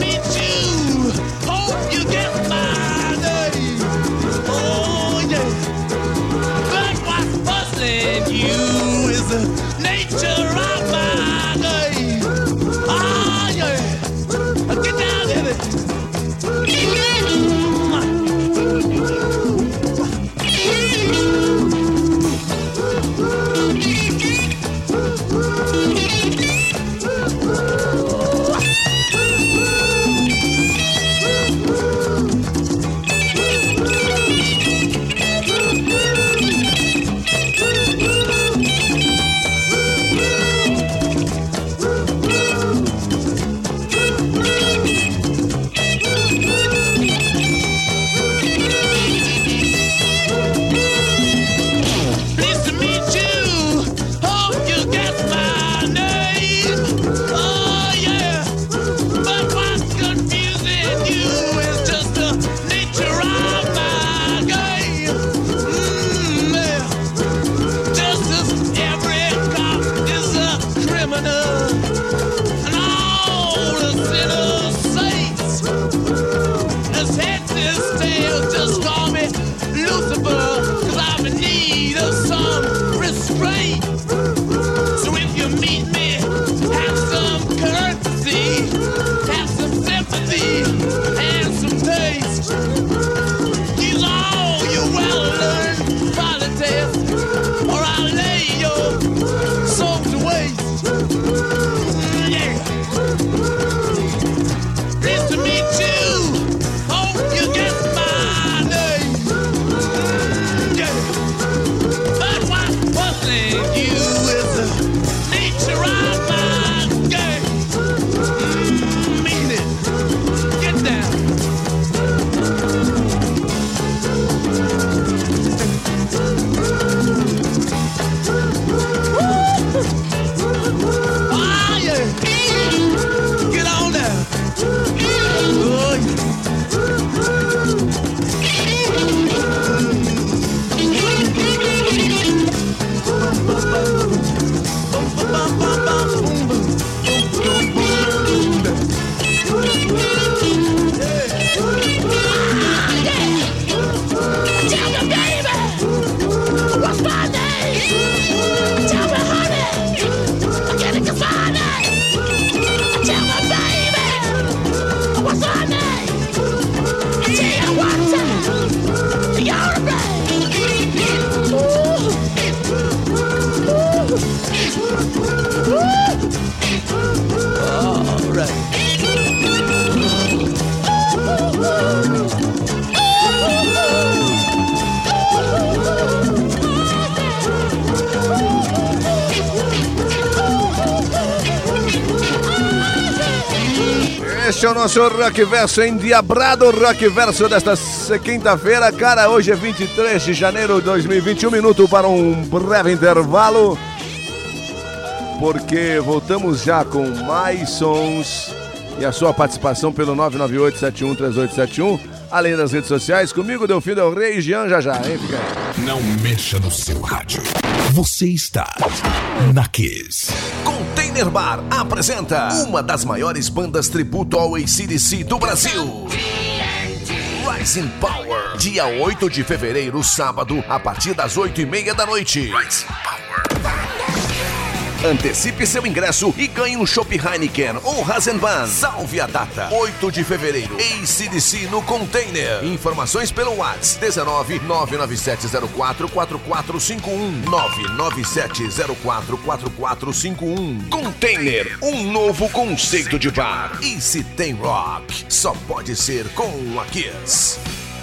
Este é o nosso Rock Verso, endiabrado Rock Verso desta quinta-feira. Cara, hoje é 23 de janeiro de 2021, minuto para um breve intervalo, porque voltamos já com mais sons e a sua participação pelo 998-713871, além das redes sociais. Comigo, Delfim Del Rey e Jean já, hein? Fica aí. Não mexa no seu rádio. Você está na Kiss. Container Bar apresenta uma das maiores bandas tributo ao AC/DC do Brasil. Rising Power. Dia 8 de fevereiro, sábado, a partir das 8h30 da noite. Rising Power. Antecipe seu ingresso e ganhe um Chopp Heineken ou Hasenban. Salve a data, 8 de fevereiro, AC/DC no Container. Informações pelo WhatsApp 19 99704 4451 99704 4451. Container, um novo conceito de bar. E se tem rock, só pode ser com a Kiss.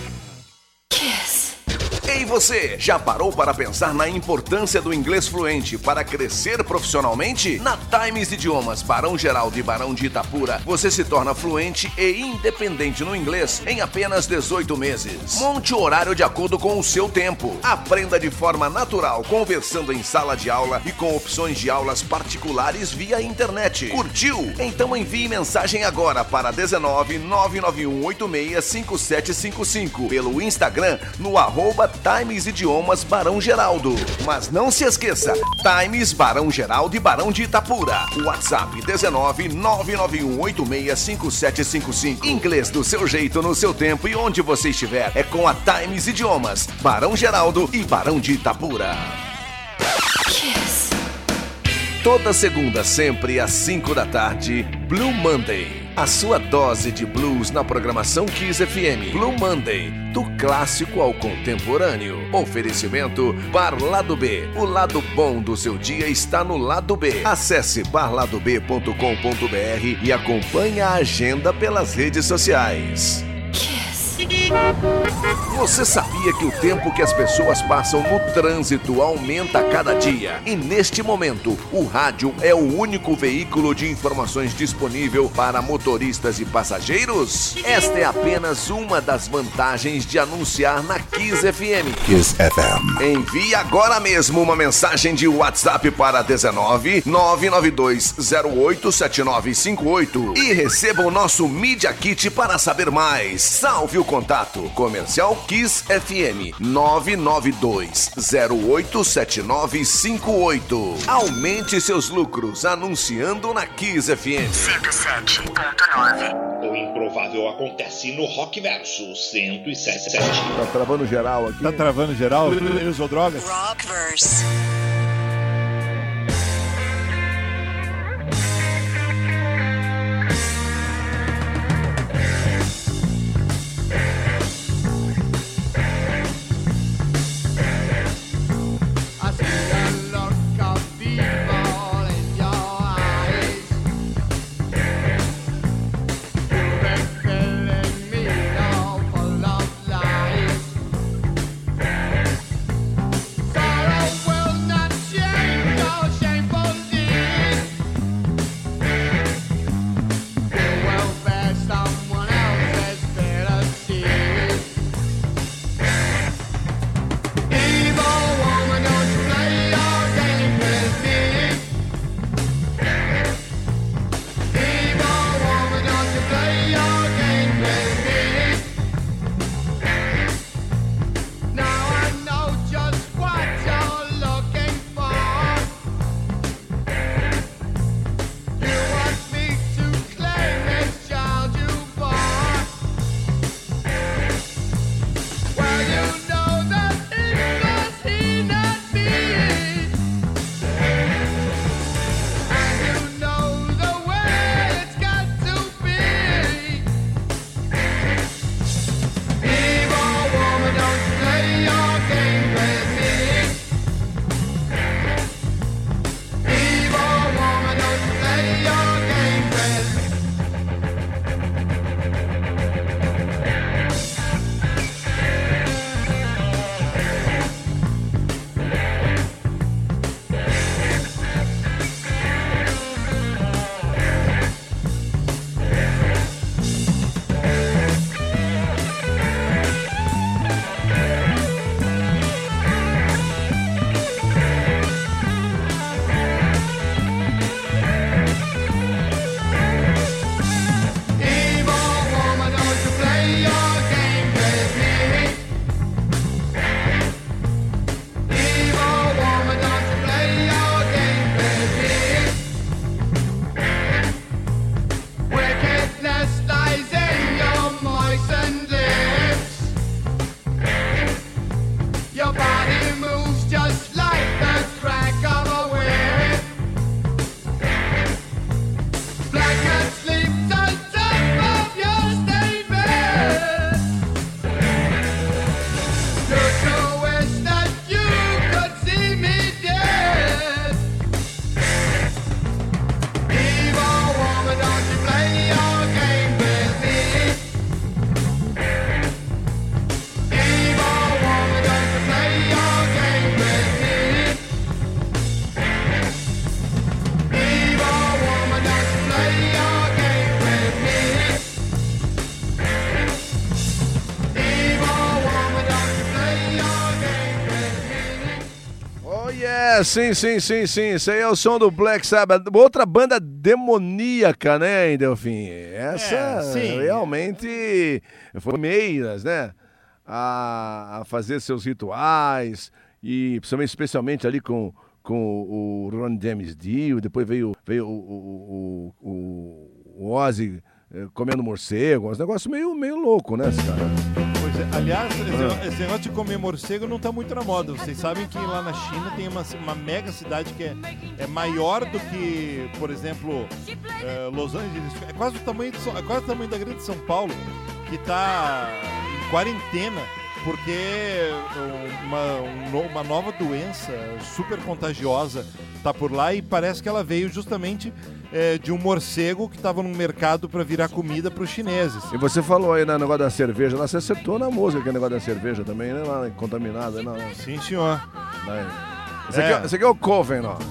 Ei você, já parou para pensar na importância do inglês fluente para crescer profissionalmente? Na Times Idiomas Barão Geraldo e Barão de Itapura, você se torna fluente e independente no inglês em apenas 18 meses. Monte o horário de acordo com o seu tempo. Aprenda de forma natural, conversando em sala de aula e com opções de aulas particulares via internet. Curtiu? Então envie mensagem agora para 19 991 86 5755 pelo Instagram no @Times Idiomas Barão Geraldo. Mas não se esqueça, Times Barão Geraldo e Barão de Itapura. WhatsApp 19 991 86 5755. Inglês do seu jeito, no seu tempo e onde você estiver. É com a Times Idiomas Barão Geraldo e Barão de Itapura. Kiss. Toda segunda, sempre às 5 da tarde, Blue Monday. A sua dose de blues na programação Kiss FM. Blue Monday, do clássico ao contemporâneo. Oferecimento Bar Lado B. O lado bom do seu dia está no Lado B. Acesse barladob.com.br e acompanhe a agenda pelas redes sociais. Você sabia que o tempo que as pessoas passam no trânsito aumenta a cada dia? E neste momento, o rádio é o único veículo de informações disponível para motoristas e passageiros? Esta é apenas uma das vantagens de anunciar na Kiss FM. Kiss FM. Envie agora mesmo uma mensagem de WhatsApp para 19 992 08 7958 e receba o nosso Media Kit para saber mais. Salve o contato comercial Kiss FM 992 08 7958. Aumente seus lucros anunciando na Kiss FM 107.9. O improvável acontece no Rock Verso 107.7. Tá travando geral aqui. Tá travando geral? Ele usou drogas? Rock Verse. Sorrow will not sim. Isso aí é o som do Black Sabbath. Outra banda demoníaca, né, Delfim? Essa realmente foi meias, né? A fazer seus rituais. E especialmente ali com o Ron James Dio. Depois veio o Ozzy comendo morcego. Um negócio meio louco, né, esse cara? Pois é, aliás, esse negócio de comer morcego não tá muito na moda. Vocês sabem que lá na China tem uma mega cidade que é maior do que, por exemplo, Los Angeles. É quase o tamanho da grande São Paulo, que tá em quarentena porque uma nova doença super contagiosa tá por lá e parece que ela veio justamente de um morcego que estava no mercado para virar comida para os chineses. E você falou aí no negócio da cerveja, lá você acertou na música, que é o negócio da cerveja também, né? Lá contaminada, não. Sim, senhor. Esse aqui é o Coven, ó.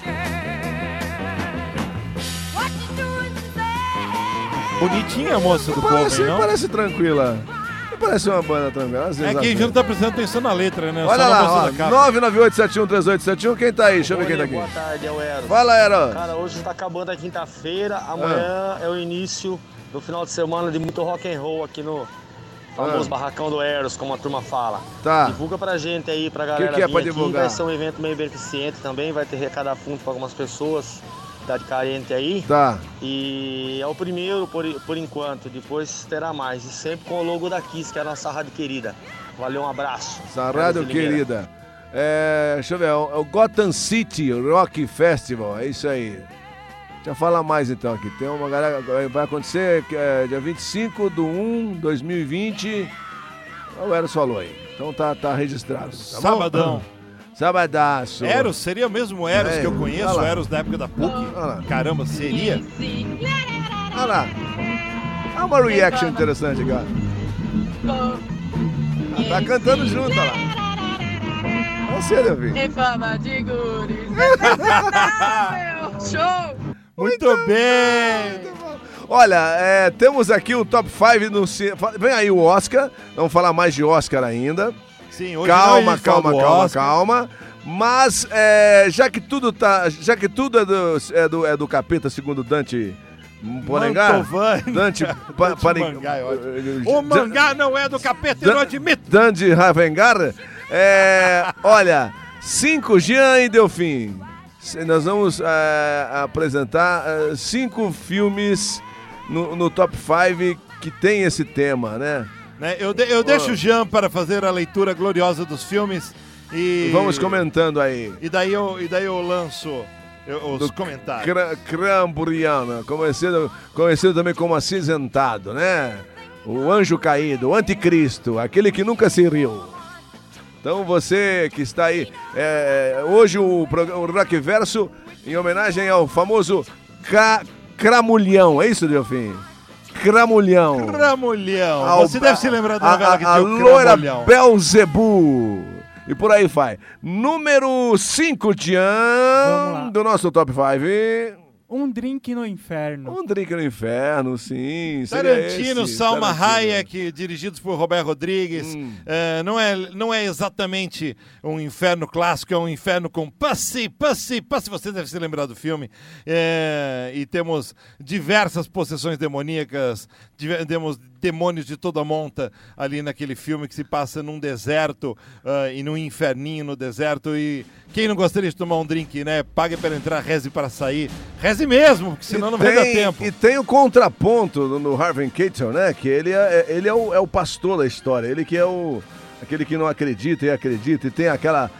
Bonitinha a moça do Coven, não? Parece tranquila. Parece uma banda tranquila. É que a gente não tá prestando atenção na letra, né? Olha lá, 998713871. Quem tá aí? Deixa eu ver quem tá aqui. Boa tarde, é o Eros. Fala, Eros. Cara, hoje tá acabando a quinta-feira. Amanhã é o início do final de semana de muito rock and roll aqui no famoso barracão do Eros, como a turma fala. Tá. Divulga pra gente aí, pra galera que é vir pra aqui. divulgar? Vai ser um evento meio beneficente também, vai ter arrecadar fundo pra algumas pessoas. Cidade carente aí. Tá. E é o primeiro por enquanto, depois terá mais. E sempre com o logo da Kiss, que é a nossa rádio querida. Valeu, um abraço. Essa rádio querida. Deixa eu ver, é o Gotham City Rock Festival, é isso aí. Deixa eu falar mais então aqui. Tem uma galera, vai acontecer dia 25/1/2020. O Eros falou aí. Então tá registrado. Tá Sabadão. Sabadaço. Eros, seria mesmo o Eros que eu conheço, o Eros da época da PUC? Caramba, seria? Olha lá. Há uma reaction interessante, cara. Tá cantando junto, olha lá. Você, Davi. Em fama de guris. Show! Muito bem! Olha, temos aqui o Top 5 no... Vem aí o Oscar. Vamos falar mais de Oscar ainda. Sim, hoje calma. Mas já que tudo é do capeta, segundo Dante Porengá, Dante Mangá, o mangá não é do capeta, eu não admito. Dante Ravengar, olha, 5 Jean e Delfim. Nós vamos apresentar 5 filmes no Top 5 que tem esse tema, né? Eu deixo o Jean para fazer a leitura gloriosa dos filmes e... Vamos comentando aí. E daí eu lanço os comentários. Cramburiano, conhecido também como acinzentado, né? O anjo caído, o anticristo, aquele que nunca se riu. Então você que está aí, hoje o Rock Verso, em homenagem ao famoso Cramulhão, é isso, Delfim? Cramulhão. Você deve se lembrar da novela que tinha o loira Cramulhão. Belzebu. E por aí vai. Número 5, Tian, do nosso Top 5. Um Drink no Inferno. Um Drink no Inferno, sim. Tarantino, Salma Hayek, dirigidos por Robert Rodrigues. Não é exatamente um inferno clássico, é um inferno com Pussy. Você deve se lembrar do filme. E temos diversas possessões demoníacas, temos demônios de toda monta ali naquele filme que se passa num deserto e num inferninho no deserto. E quem não gostaria de tomar um drink, né? Pague para entrar, reze para sair. Reze mesmo, porque senão não vai dar tempo. E tem o contraponto no Harvey Keitel, né? Que ele é o pastor da história. Ele que é aquele que não acredita e acredita. E tem aquela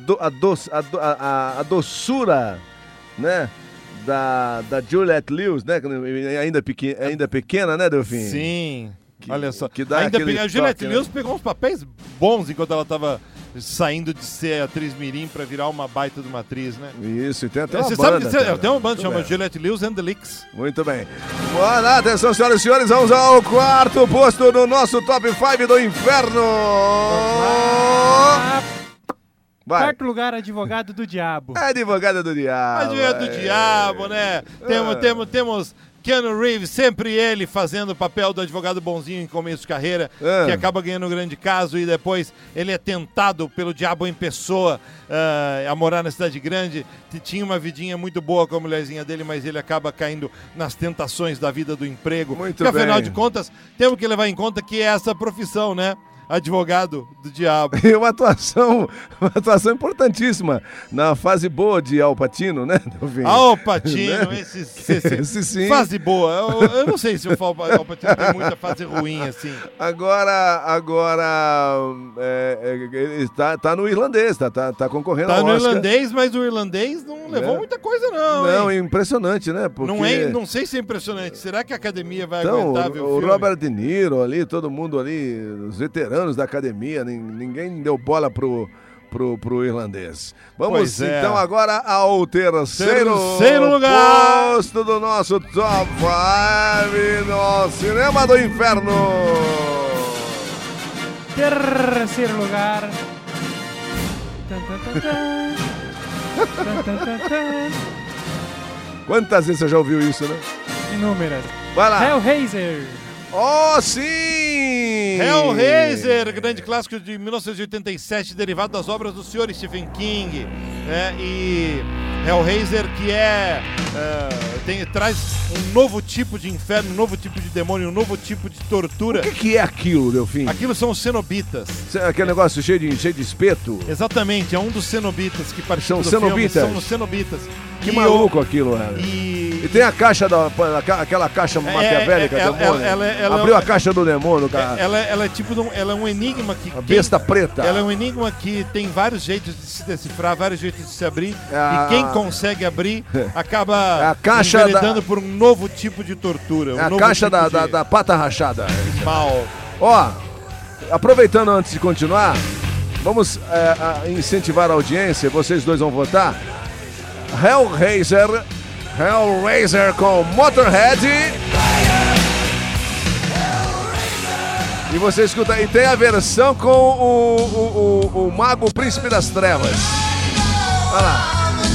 a doçura, né? Da Juliette Lewis, né? Ainda pequena, né, Delfim? Sim. Olha só. Que dá a Juliette Lewis pegou uns papéis bons enquanto ela estava saindo de ser atriz mirim para virar uma baita de uma atriz, né? Isso, e tem até uma Você banda. tem uma banda que chama Juliette Lewis and the Licks. Muito bem. Boa lá, atenção, senhoras e senhores, vamos ao 4º posto no nosso Top 5 do Inferno. Vai. Quarto lugar, Advogado do Diabo. Advogado do Diabo. Advogado do Diabo, né? Temos Keanu Reeves, sempre ele fazendo o papel do advogado bonzinho em começo de carreira, que acaba ganhando um grande caso e depois ele é tentado pelo diabo em pessoa a morar na cidade grande. Tinha uma vidinha muito boa com a mulherzinha dele, mas ele acaba caindo nas tentações da vida do emprego. Muito porque, afinal bem. de contas, temos que levar em conta que é essa profissão, né? Advogado do diabo. E uma atuação importantíssima na fase boa de Al Pacino, né, Delvinho? Al Pacino, Né? esse sim. fase boa. Eu não sei se o Al Pacino tem muita fase ruim, assim. Agora ele tá no irlandês, tá concorrendo ao Tá no Oscar. irlandês, mas o irlandês não levou muita coisa, não. Não, hein? impressionante, né? Porque... Não sei se é impressionante. Será que a academia vai Então, aguentar ver o o filme? Robert De Niro ali, todo mundo ali, os veteranos da academia, ninguém deu bola pro irlandês. Vamos Pois é. então agora ao terceiro lugar. posto do nosso Top 5 no Cinema do Inferno. Terceiro lugar. Tan, tan, tan, tan. Tan, tan, tan, tan. Quantas vezes você já ouviu isso, né? Inúmeras. Vai lá. Hellraiser. Oh, sim! Hellraiser, grande clássico de 1987, derivado das obras do senhor Stephen King, né? E Hellraiser que traz um novo tipo de inferno, um novo tipo de demônio, um novo tipo de tortura. O que é aquilo, Delfim? Aquilo são os cenobitas. Aquele negócio cheio de espeto? Exatamente, é um dos cenobitas que participa São do filme. cenobitas? São os cenobitas. Que maluco aquilo, né? E tem a caixa aquela caixa maquiavélica, demônio. Abriu a caixa do demônio, cara. Ela é tipo ela é um enigma que... A besta preta. Ela é um enigma que tem vários jeitos de se decifrar, vários jeitos de se abrir. E quem consegue abrir acaba enveredando por um novo tipo de tortura. É a caixa da pata rachada. Mal. Ó, aproveitando antes de continuar, vamos incentivar a audiência, vocês dois vão votar. Hellraiser com Motorhead. E você escuta, e tem a versão com o Mago Príncipe das Trevas. Olha lá.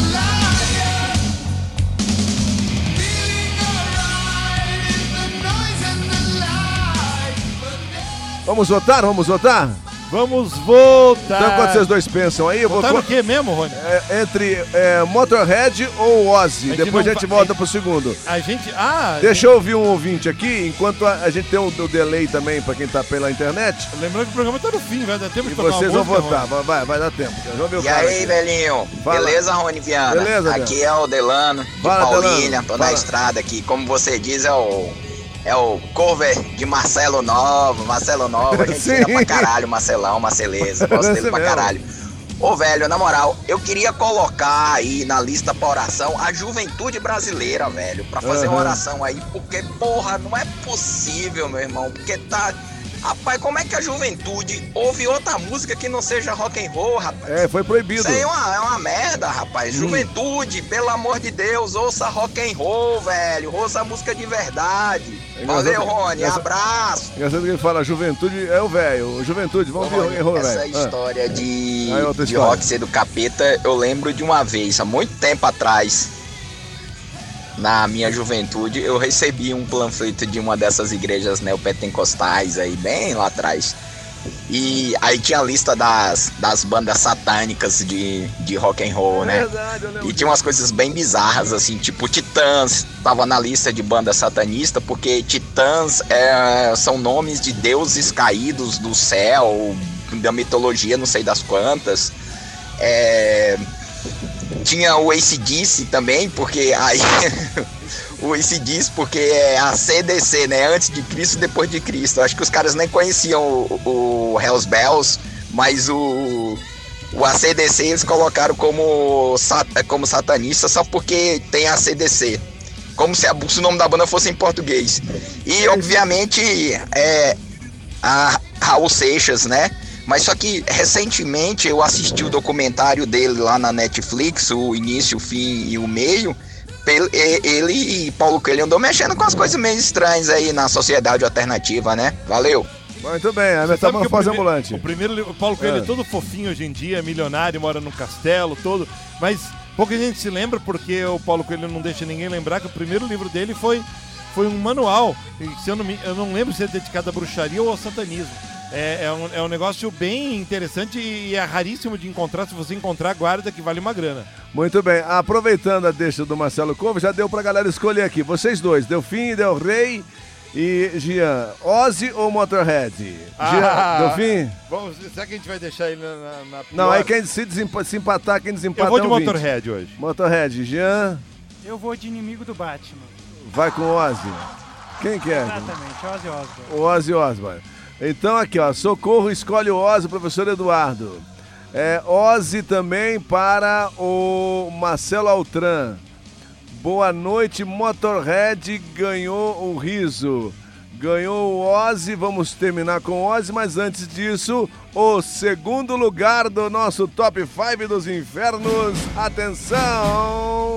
Vamos votar? Vamos votar? Vamos voltar. Então, quando vocês dois pensam aí, eu vou... Votar no quê mesmo, Rony? Entre Motorhead ou Ozzy. Depois a gente volta pro segundo. A gente... Deixa eu ouvir um ouvinte aqui, enquanto a gente tem o delay também pra quem tá pela internet. Lembrando que o programa tá no fim, vai dar tempo de E tocar vocês uma vão música, votar, vai dar tempo. E aí, velhinho? Fala. Beleza, Rony Viana? Beleza, aqui é o Delano, de Fala, Paulínia, Delano. tô na estrada aqui. Como você diz, é o cover de Marcelo Nova, a gente Sim. tira pra caralho, Marcelão, Marceleza, gosto dele pra mesmo. caralho. Ô velho, na moral, eu queria colocar aí na lista pra oração a juventude brasileira, velho, pra fazer uma oração aí, porque porra, não é possível, meu irmão, porque tá... Rapaz, como é que a juventude ouve outra música que não seja rock and roll, rapaz? Foi proibido. Isso aí é uma merda, rapaz. Juventude, pelo amor de Deus, ouça rock and roll, velho. Ouça música de verdade. Valeu, Rony. Abraço. Engraçado que ele fala, juventude é o velho. Juventude, vamos ver rock and roll, velho. Essa história de história. rock ser do capeta, eu lembro de uma vez, há muito tempo atrás, na minha juventude, eu recebi um panfleto de uma dessas igrejas neopentecostais aí, bem lá atrás. E aí tinha a lista das bandas satânicas de rock and roll, né? Verdade, eu lembro. E tinha umas coisas bem bizarras, assim, tipo Titãs, tava na lista de banda satanista, porque Titãs são nomes de deuses caídos do céu, da mitologia, não sei das quantas. Tinha o AC/DC também, porque aí... o AC/DC porque é a CDC, né? Antes de Cristo e depois de Cristo. Acho que os caras nem conheciam o Hells Bells, mas o AC/DC eles colocaram como satanista só porque tem a CDC. Como se o nome da banda fosse em português. E, obviamente, a Raul Seixas, né? Mas só que recentemente eu assisti o documentário dele lá na Netflix, o início, o fim e o meio. Ele e Paulo Coelho andou mexendo com as coisas meio estranhas aí na sociedade alternativa, né? Valeu! Muito bem, a metamorfose ambulante. O primeiro livro, o Paulo Coelho é todo fofinho hoje em dia, é milionário, mora num castelo, todo. Mas pouca gente se lembra porque o Paulo Coelho não deixa ninguém lembrar que o primeiro livro dele foi foi um manual, se eu não lembro se é dedicado à bruxaria ou ao satanismo. É um negócio bem interessante e é raríssimo de encontrar. Se você encontrar, guarda que vale uma grana. Muito bem, aproveitando a deixa do Marcelo Couve, já deu pra galera escolher aqui. Vocês dois, Delfim, Del Rey e Jean, Ozzy ou Motorhead? Jean, Delfim? Bom, será que a gente vai deixar ele na pior? Não, aí quem se empatar, quem desempata eu vou de é um Motorhead hoje. Motorhead, Jean? Eu vou de inimigo do Batman. Vai com o Ozzy. Quem que é? Exatamente, Ozzy Osbourne. O Ozzy Osbourne. Então aqui, ó, Socorro escolhe o Ozzy, professor Eduardo. Ozzy também para o Marcelo Altran. Boa noite, Motorhead ganhou o riso. Ganhou o Ozzy, vamos terminar com o Ozzy, mas antes disso, o segundo lugar do nosso Top 5 dos Infernos. Atenção!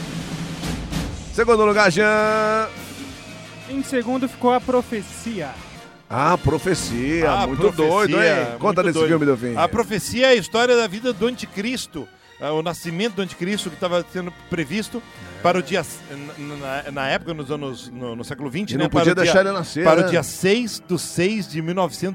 Segundo lugar, Jean. Em segundo ficou A Profecia. Ah, Profecia, muito doido, hein? Conta desse filme, Delfim. A Profecia é a história da vida do anticristo, o nascimento do anticristo que estava sendo previsto para o dia, na época, no século XX, e não podia deixar ele nascer, para o dia 6/6 de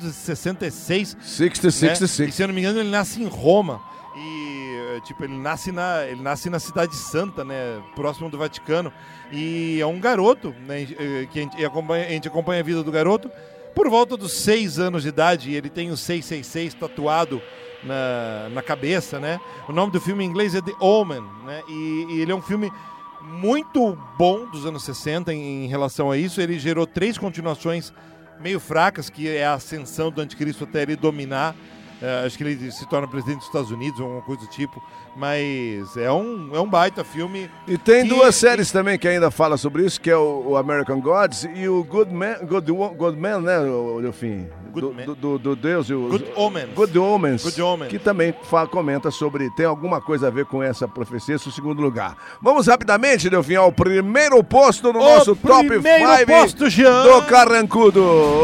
1966. 66. Né? E, se eu não me engano, ele nasce em Roma. E, tipo, ele nasce na Cidade Santa, né? Próximo do Vaticano. E é um garoto, né? Que a gente acompanha a vida do garoto. Por volta dos 6 anos de idade, ele tem o 666 tatuado na cabeça, né? O nome do filme em inglês é The Omen, né? E ele é um filme muito bom dos anos 60 em relação a isso. Ele gerou 3 continuações meio fracas, que é a ascensão do anticristo até ele dominar. Acho que ele se torna presidente dos Estados Unidos ou alguma coisa do tipo. Mas é um baita filme. E tem 2 séries também que ainda falam sobre isso, que é o American Gods e o Good Man, né, Delfim? Do Deus e o Good Omens. Good Omens. Que também comenta sobre, tem alguma coisa a ver com essa profecia, esse é o segundo lugar. Vamos rapidamente, Delfim, ao primeiro posto no nosso Top 5 do Carrancudo.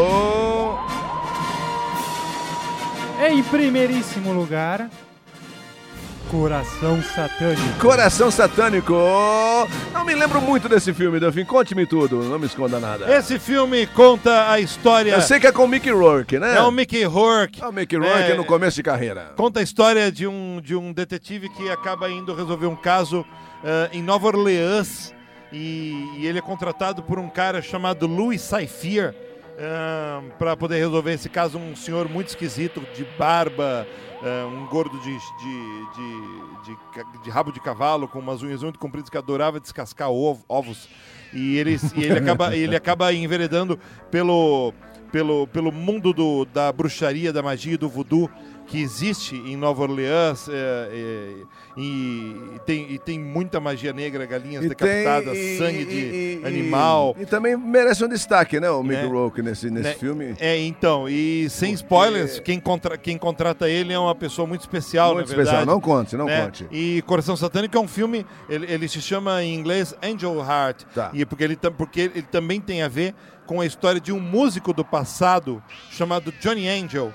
Em primeiríssimo lugar, Coração Satânico. Coração Satânico. Não me lembro muito desse filme, Delfim. Conte-me tudo, não me esconda nada. Esse filme conta a história... Eu sei que é com o Mickey Rourke, né? É o Mickey Rourke. É o Mickey Rourke no começo de carreira. Conta a história de um detetive que acaba indo resolver um caso em Nova Orleans. E ele é contratado por um cara chamado Louis Cyphre. Para poder resolver esse caso, um senhor muito esquisito, de barba, um gordo de rabo de cavalo, com umas unhas muito compridas, que adorava descascar ovos. E ele acaba enveredando pelo mundo da bruxaria, da magia e do voodoo que existe em Nova Orleans, e tem muita magia negra, galinhas decapitadas, sangue de animal. E também merece um destaque, né, o Mickey Rourke nesse filme. Então, e sem spoilers, quem contrata ele é uma pessoa muito especial, muito especial, não conte. Conte. E Coração Satânico é um filme, ele se chama em inglês Angel Heart, porque ele também tem a ver com a história de um músico do passado chamado Johnny Angel.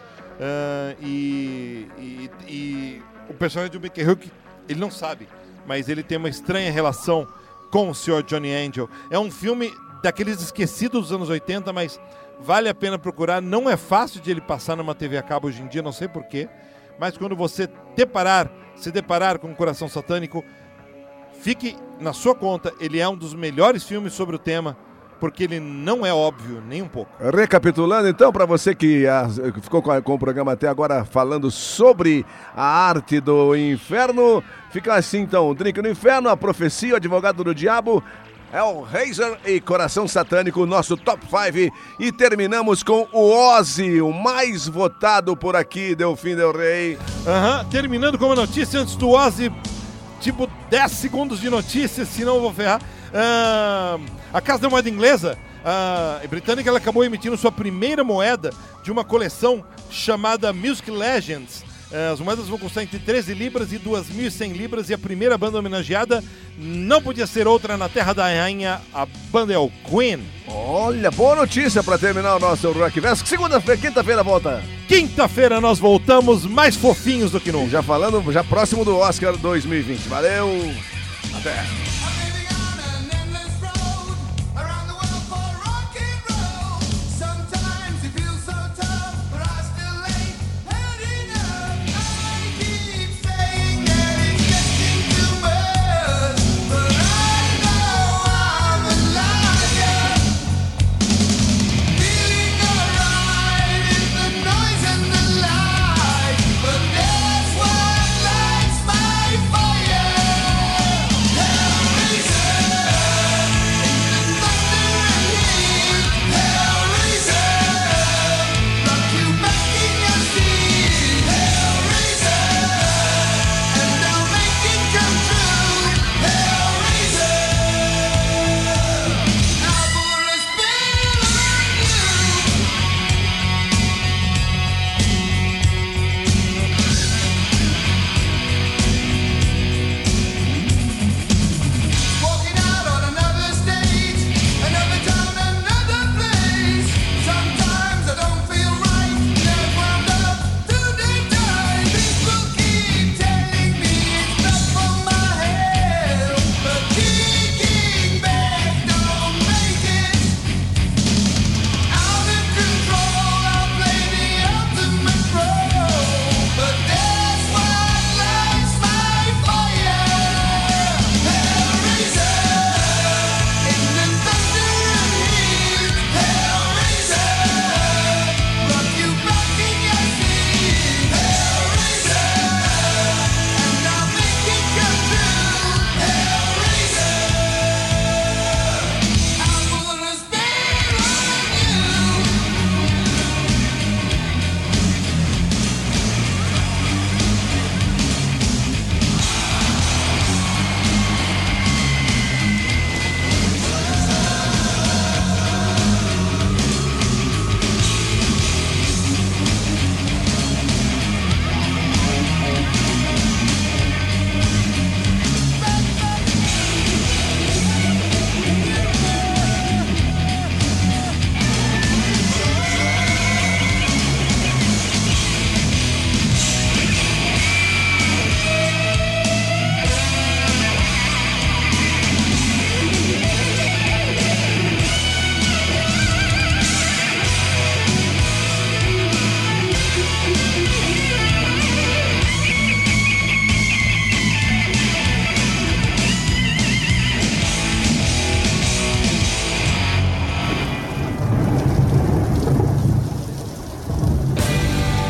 E o personagem do Mickey Rourke, ele não sabe, mas ele tem uma estranha relação com o Sr. Johnny Angel. É um filme daqueles esquecidos dos anos 80, mas vale a pena procurar. Não é fácil de ele passar numa TV a cabo hoje em dia, não sei porquê, mas quando você se deparar com o Coração Satânico, fique na sua conta. Ele é um dos melhores filmes sobre o tema, porque ele não é óbvio nem um pouco. Recapitulando, então, para você que ficou com o programa até agora falando sobre a arte do inferno, fica assim, então, o Drink no Inferno, A Profecia, O Advogado do Diabo, Hellraiser e Coração Satânico, nosso Top 5. E terminamos com o Ozzy, o mais votado por aqui, Delfim Del Rey. Terminando com uma notícia antes do Ozzy, tipo 10 segundos de notícia, senão eu vou ferrar. A Casa da Moeda Inglesa, britânica, ela acabou emitindo sua primeira moeda de uma coleção chamada Music Legends. As moedas vão custar entre 13 libras e 2.100 libras, e a primeira banda homenageada não podia ser outra na terra da rainha, a banda é o Queen. Olha, boa notícia para terminar o nosso Rockverso. Quinta-feira volta. Quinta-feira nós voltamos mais fofinhos do que nunca. Já próximo do Oscar 2020. Valeu, até.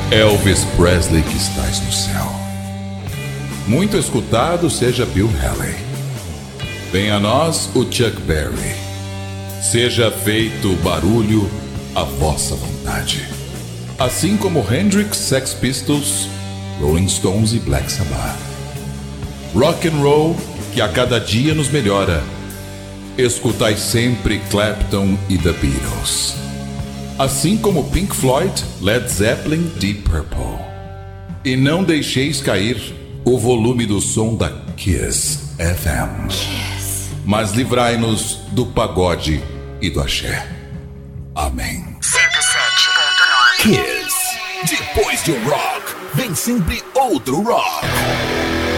Elvis Presley que estás no céu. Muito escutado seja Bill Haley. Venha a nós o Chuck Berry. Seja feito barulho à vossa vontade. Assim como Hendrix, Sex Pistols, Rolling Stones e Black Sabbath. Rock and roll que a cada dia nos melhora. Escutai sempre Clapton e The Beatles. Assim como Pink Floyd, Led Zeppelin, Deep Purple. E não deixeis cair o volume do som da Kiss FM. Mas livrai-nos do pagode e do axé. Amém. 107.9 Kiss. Depois de um rock, vem sempre outro rock.